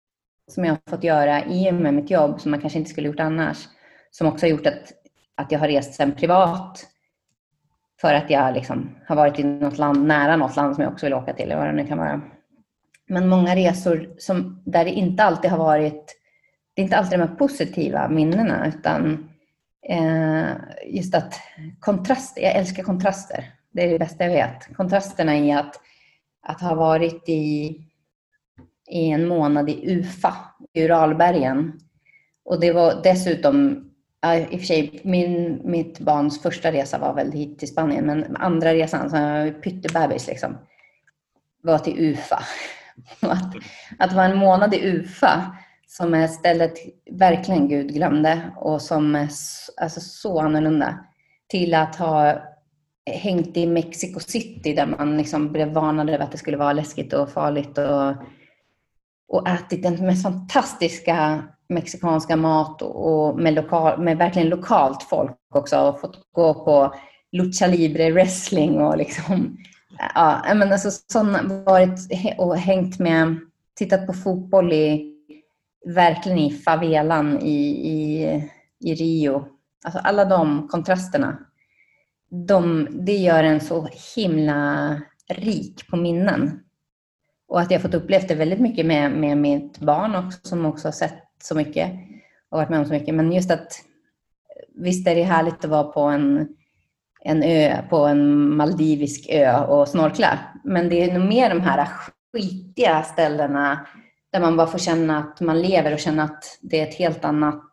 som jag har fått göra i och med mitt jobb som man kanske inte skulle gjort annars. Som också har gjort att, att jag har rest sen privat för att jag liksom har varit i något land, nära något land som jag också vill åka till eller vad det nu kan vara. Men många resor som, där det inte alltid har varit, det är inte alltid de här positiva minnena utan eh, just att kontrast, jag älskar kontraster. Det är det bästa jag vet. Kontrasterna i att, att ha varit i, i en månad i Ufa, i Uralbergen. Och det var dessutom, i och för sig, min, mitt barns första resa var väl hit till Spanien. Men andra resan, så jag var pyttebebis liksom, var till Ufa. Att, att vara en månad i Ufa, som är stället verkligen Gud glömde. Och som är alltså, så annorlunda. Till att ha hängt i Mexico City där man liksom blev varnad över att det skulle vara läskigt och farligt och, och ätit den mest fantastiska mexikanska mat och, och med, lokal, med verkligen lokalt folk också och fått gå på lucha libre wrestling och liksom ja, men alltså sån varit och hängt med, tittat på fotboll i verkligen i favelan i, i, i Rio. Alltså alla de kontrasterna. De, det gör en så himla rik på minnen. Och att jag fått uppleva det väldigt mycket med, med mitt barn också, som också har sett så mycket och varit med om så mycket. Men just att visst är det härligt att vara på en, en ö, på en maldivisk ö och snorkla. Men det är nog mer de här skitiga ställena där man bara får känna att man lever och känna att det är ett helt annat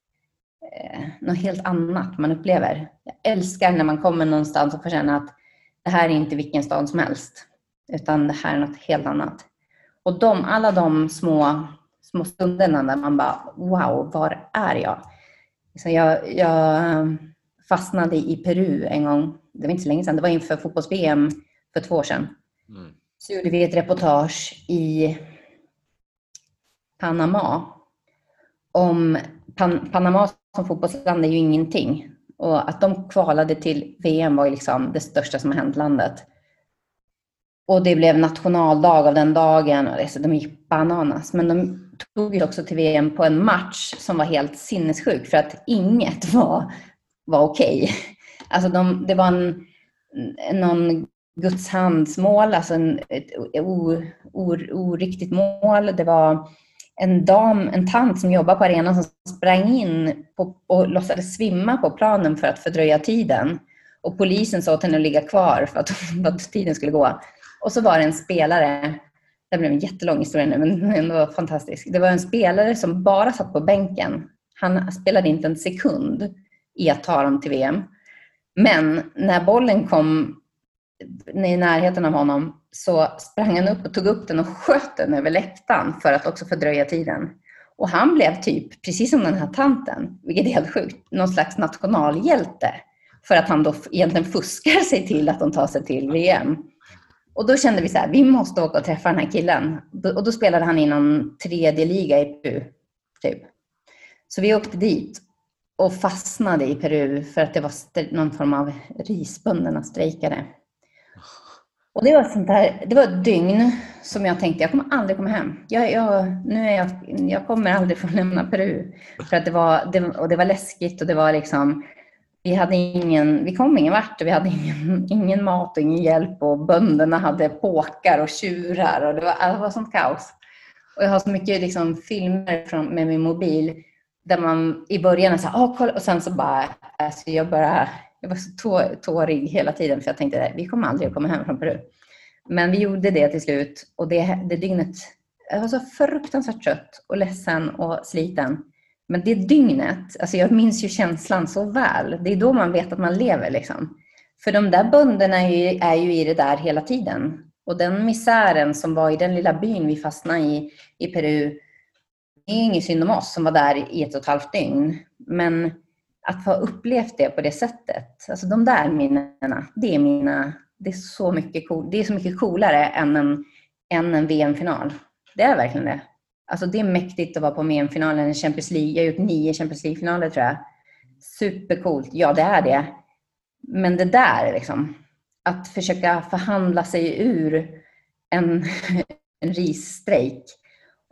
något helt annat man upplever. Jag älskar när man kommer någonstans och får känna att det här är inte vilken stad som helst, utan det här är något helt annat. Och de, alla de små, små stunderna där man bara, wow, var är jag? Så jag, jag fastnade i Peru en gång, det var inte så länge sedan, det var inför fotbolls-V M för två år sedan. Mm. Så gjorde vi ett reportage i Panama om Pan- Panama som fotbollsland är ju ingenting. Och att de kvalade till V M var ju liksom det största som har hänt landet. Och det blev nationaldag av den dagen. Och det, de gick bananas. Men de tog ju också till V M på en match som var helt sinnessjuk. För att inget var, var okej. Alltså de, det var en, någon Guds handsmål. Alltså en, ett o, o, oriktigt mål. Det var en dam, en tant som jobbar på arenan som sprang in på, och låtsades svimma på planen för att fördröja tiden. Och polisen sa till henne att ligga kvar för att, för att tiden skulle gå. Och så var det en spelare, det blev en jättelång historia nu men det var fantastiskt. Det var en spelare som bara satt på bänken. Han spelade inte en sekund i att ta dem till V M. Men när bollen kom i närheten av honom så sprang han upp och tog upp den och sköt den över läktaren för att också fördröja tiden. Och han blev typ, precis som den här tanten, vilket är helt sjukt, någon slags nationalhjälte. För att han då egentligen fuskar sig till att de tar sig till V M. Och då kände vi så här, vi måste åka och träffa den här killen. Och då spelade han i någon tredje liga i Peru, typ. Så vi åkte dit och fastnade i Peru för att det var någon form av risbönderna strejkade. Och det var sånt där, det var ett dygn som jag tänkte, jag kommer aldrig komma hem. Jag, jag, nu är jag, jag kommer aldrig få lämna Peru. För att det var, det, och det var läskigt och det var liksom, vi hade ingen, vi kom ingen vart och vi hade ingen, ingen mat och ingen hjälp och bönderna hade påkar och tjurar och det var, det var sånt kaos. Och jag har så mycket liksom filmer från, med min mobil där man i början så här, åh kolla, och sen så bara, alltså jag bara, jag var så tå, tårig hela tiden för jag tänkte, vi kommer aldrig att komma hem från Peru. Men vi gjorde det till slut och det, det dygnet, jag var så fruktansvärt trött och ledsen och sliten. Men det dygnet, alltså jag minns ju känslan så väl. Det är då man vet att man lever liksom. För de där bönderna är ju, är ju i det där hela tiden. Och den misären som var i den lilla byn vi fastnade i, i Peru, det är ingen synd om oss som var där i ett och ett halvt dygn. Men att få upplevt det på det sättet, alltså de där minnena, det är mina, det är så mycket, cool, det är så mycket coolare än en, än en V M-final. Det är verkligen det. Alltså det är mäktigt att vara på V M-finalen i Champions League. Jag har gjort nio Champions League-finaler tror jag. Supercoolt. Ja, det är det. Men det där liksom, att försöka förhandla sig ur en, en risstrejk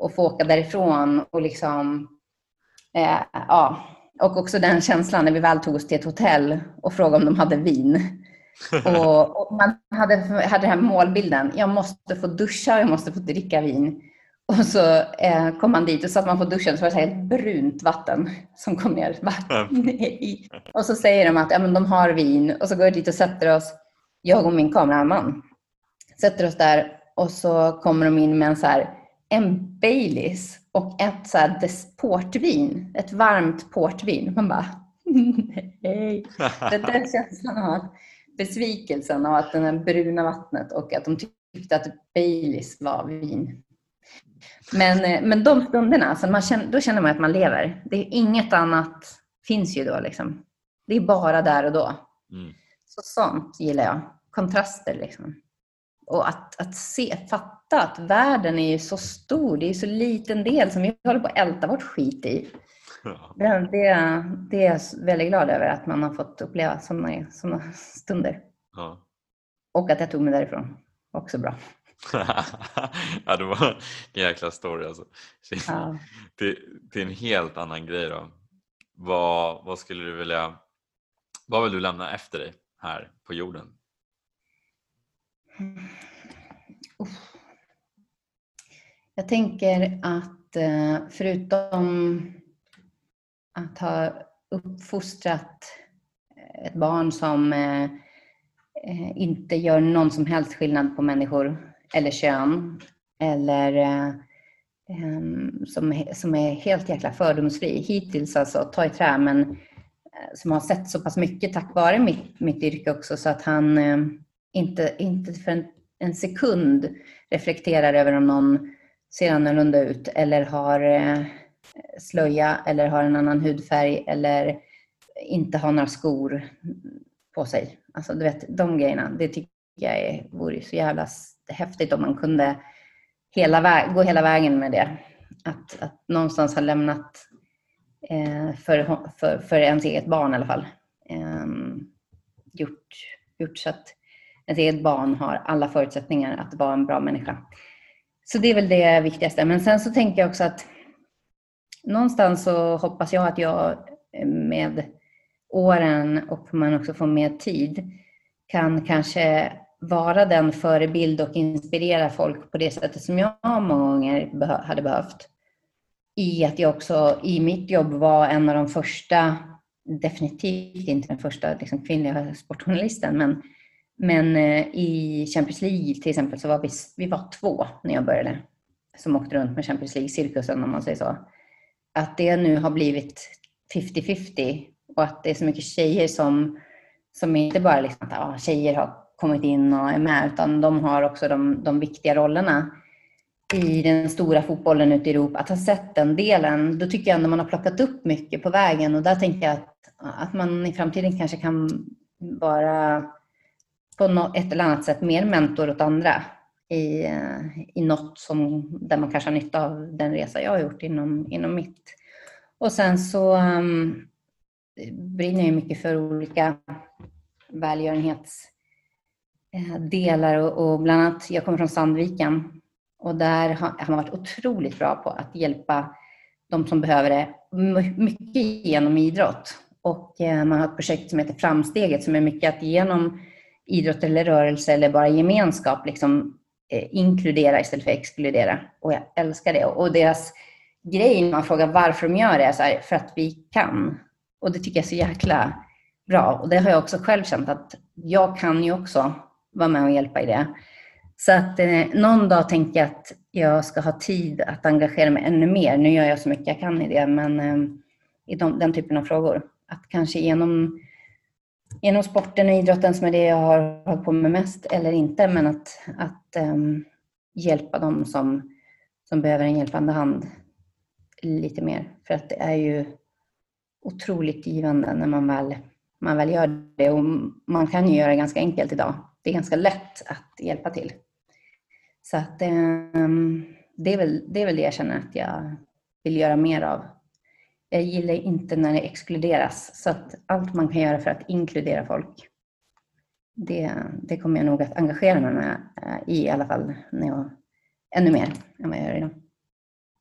och få åka därifrån och liksom, eh, ja, och också den känslan när vi väl tog oss till ett hotell och frågade om de hade vin. Och, och man hade, hade den här målbilden, jag måste få duscha, jag måste få dricka vin. Och så eh, kom man dit och så att man får duschen, så var det så här ett brunt vatten som kom ner. Nej. Och så säger de att ja, men de har vin, och så går vi dit och sätter oss, jag och min kameraman sätter oss där, och så kommer de in med en så här en Baileys och ett så här portvin, ett varmt portvin. Man bara nej. Det där känslan av att besvikelsen av att den här bruna vattnet och att de tyckte att Baileys var vin. Men, men de stunderna, alltså man känner, då känner man att man lever. Det är inget annat finns ju då liksom. Det är bara där och då. Mm. Så sånt gillar jag. Kontraster liksom. Och att, att se, fatta att världen är ju så stor. Det är ju så liten del som vi håller på att älta vårt skit i. Ja. Det, det, det är jag väldigt glad över att man har fått uppleva sådana, sådana stunder. Ja. Och att jag tog mig därifrån. Också bra. Ja, det var en jäkla story alltså. Ja. Det, det är en helt annan grej då. Vad, vad skulle du vilja, vad vill du lämna efter dig här på jorden? Mm. Jag tänker att förutom att ha uppfostrat ett barn som inte gör någon som helst skillnad på människor eller kön, eller som, som är helt jäkla fördomsfri hittills, alltså ta i trä, men som har sett så pass mycket tack vare mitt, mitt yrke också, så att han inte, inte för en, en sekund reflekterar över om någon ser annorlunda ut eller har slöja eller har en annan hudfärg eller inte har några skor på sig. Alltså du vet, de grejerna, det tycker jag är, vore så jävla häftigt om man kunde hela väg, gå hela vägen med det. Att, att någonstans ha lämnat eh, för, för, för ens eget barn i alla fall. Eh, gjort, gjort så att ens eget barn har alla förutsättningar att vara en bra människa. Så det är väl det viktigaste. Men sen så tänker jag också att någonstans så hoppas jag att jag med åren och man också får mer tid kan kanske vara den förebild och inspirera folk på det sättet som jag många gånger hade behövt. I att jag också i mitt jobb var en av de första, definitivt inte den första liksom kvinnliga sportjournalisten, men, men i Champions League till exempel så var vi, vi var två när jag började som åkte runt med Champions League-cirkusen, om man säger så. Att det nu har blivit femtio femtio och att det är så mycket tjejer som, som inte bara liksom att ja, tjejer har kommit in och är med, utan de har också de, de viktiga rollerna i den stora fotbollen ute i Europa. Att ha sett den delen, då tycker jag ändå man har plockat upp mycket på vägen, och där tänker jag att, att man i framtiden kanske kan vara på något, ett eller annat sätt mer mentor åt andra i, i något som, där man kanske har nytta av den resa jag har gjort inom, inom mitt. Och sen så um, brinner jag mycket för olika välgörenhetsdelar och, och bland annat, jag kommer från Sandviken och där har, har man varit otroligt bra på att hjälpa de som behöver det, mycket genom idrott. Och eh, man har ett projekt som heter Framsteget som är mycket att genom idrott eller rörelse eller bara gemenskap liksom eh, inkludera istället för exkludera. Och jag älskar det. Och deras grej när man frågar varför de gör det är så här, för att vi kan. Och det tycker jag är så jäkla bra. Och det har jag också själv känt att jag kan ju också vara med och hjälpa i det. Så att eh, någon dag tänker jag att jag ska ha tid att engagera mig ännu mer. Nu gör jag så mycket jag kan i det, men eh, i de, den typen av frågor. Att kanske genom, genom sporten och idrotten som är det jag har hållit på med mest eller inte, men att, att eh, hjälpa dem som, som behöver en hjälpande hand lite mer. För att det är ju otroligt givande när man väl, man väl gör det. Och man kan ju göra det ganska enkelt idag. Det är ganska lätt att hjälpa till. Så att, eh, det, är väl, det är väl det jag känner att jag vill göra mer av. Jag gillar inte när det exkluderas. Så att allt man kan göra för att inkludera folk, det, det kommer jag nog att engagera mig med i, i alla fall när jag, ännu mer än vad jag gör idag.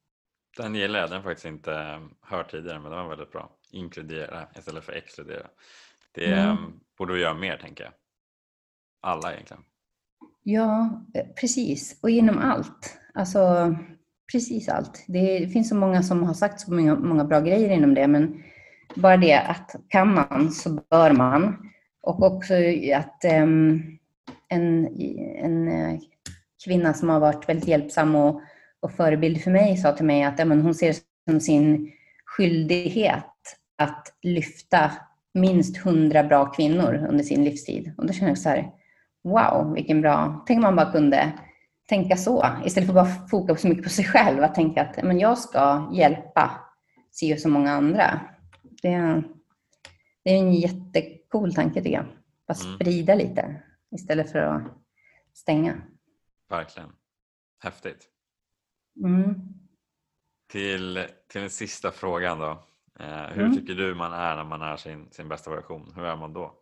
Den gillar jag, den har faktiskt inte hört tidigare, men den var väldigt bra. Inkludera istället för exkludera. Det mm. borde vi göra mer, tänker jag. Alla egentligen. Ja, precis. Och inom allt. Alltså, precis allt. Det finns så många som har sagt så många, många bra grejer inom det, men bara det att kan man så bör man. Och också att um, en, en kvinna som har varit väldigt hjälpsam och, och förebild för mig sa till mig att ja, men hon ser det som sin skyldighet att lyfta minst hundra bra kvinnor under sin livstid. Och då känner jag så här, wow, vilken bra. Tänk om man bara kunde tänka så. Istället för att bara fokusera så mycket på sig själv. Att tänka att men jag ska hjälpa se så många andra. Det, det är en jättecool tanke tycker jag. Bara sprida mm. lite istället för att stänga. Verkligen. Häftigt. Mm. Till, till den sista frågan då. Eh, hur mm. tycker du man är när man är sin, sin bästa version? Hur är man då?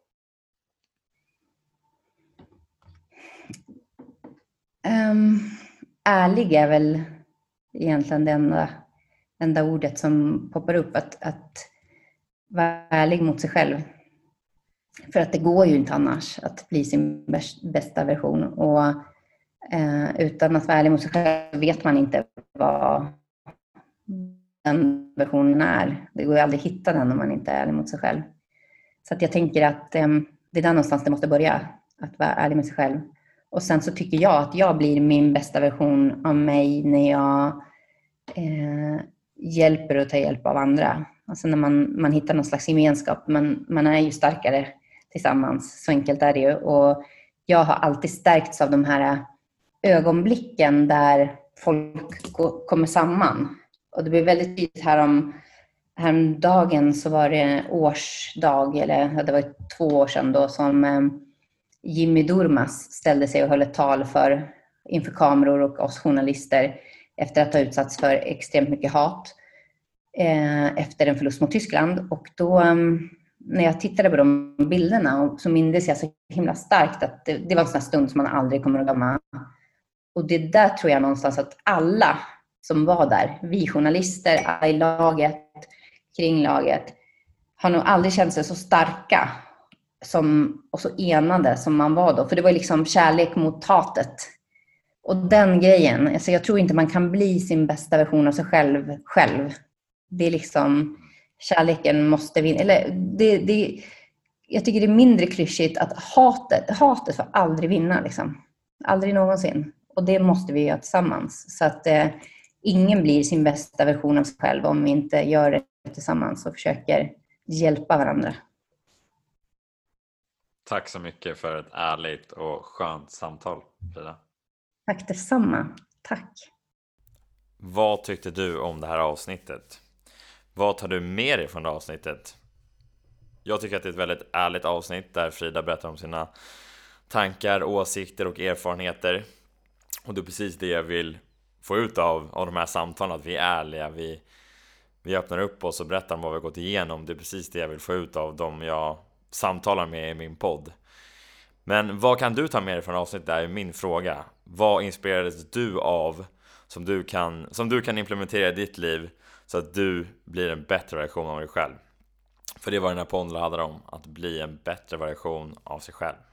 Um, ärlig är väl egentligen det enda, enda ordet som poppar upp. Att, att vara ärlig mot sig själv. För att det går ju inte annars att bli sin bästa version. Och eh, utan att vara ärlig mot sig själv vet man inte vad den versionen är. Det går ju aldrig att hitta den om man inte är ärlig mot sig själv. Så att jag tänker att eh, det är där någonstans det måste börja. Att vara ärlig med sig själv. Och sen så tycker jag att jag blir min bästa version av mig när jag eh, hjälper och tar hjälp av andra. Alltså när man, man hittar någon slags gemenskap. Man, man är ju starkare tillsammans. Så enkelt är det ju. Och jag har alltid stärkts av de här ögonblicken där folk går, kommer samman. Och det blir väldigt tydligt här om häromdagen så var det årsdag. Eller det var två år sedan då som eh, Jimmy Durmaz ställde sig och höll ett tal för, inför kameror och oss journalister efter att ha utsatts för extremt mycket hat eh, efter en förlust mot Tyskland. Och då um, när jag tittade på de bilderna och så mindes jag så himla starkt att det, det var en sån här stund som man aldrig kommer att glömma. Och det där tror jag någonstans att alla som var där, vi journalister, alla i laget, kring laget, har nog aldrig känt sig så starka som, och så enade som man var då. För det var liksom kärlek mot hatet. Och den grejen, alltså jag tror inte man kan bli sin bästa version av sig själv själv. Det är liksom, kärleken måste vinna. Eller det, det, jag tycker det är mindre klyschigt att hatet, hatet får aldrig vinna liksom. Aldrig någonsin. Och det måste vi göra tillsammans. Så att eh, ingen blir sin bästa version av sig själv om vi inte gör det tillsammans och försöker hjälpa varandra. Tack så mycket för ett ärligt och skönt samtal, Frida. Tack detsamma. Tack. Vad tyckte du om det här avsnittet? Vad tar du med dig från det avsnittet? Jag tycker att det är ett väldigt ärligt avsnitt där Frida berättar om sina tankar, åsikter och erfarenheter. Och det är precis det jag vill få ut av, av de här samtalen, att vi är ärliga, vi, vi öppnar upp oss och berättar om vad vi har gått igenom. Det är precis det jag vill få ut av dem jag samtalar med i min podd. Men vad kan du ta med dig från avsnittet? Det är min fråga. Vad inspirerades du av som du kan, som du kan implementera i ditt liv så att du blir en bättre version av dig själv? För det var den här podden handlar om, att bli en bättre version av sig själv.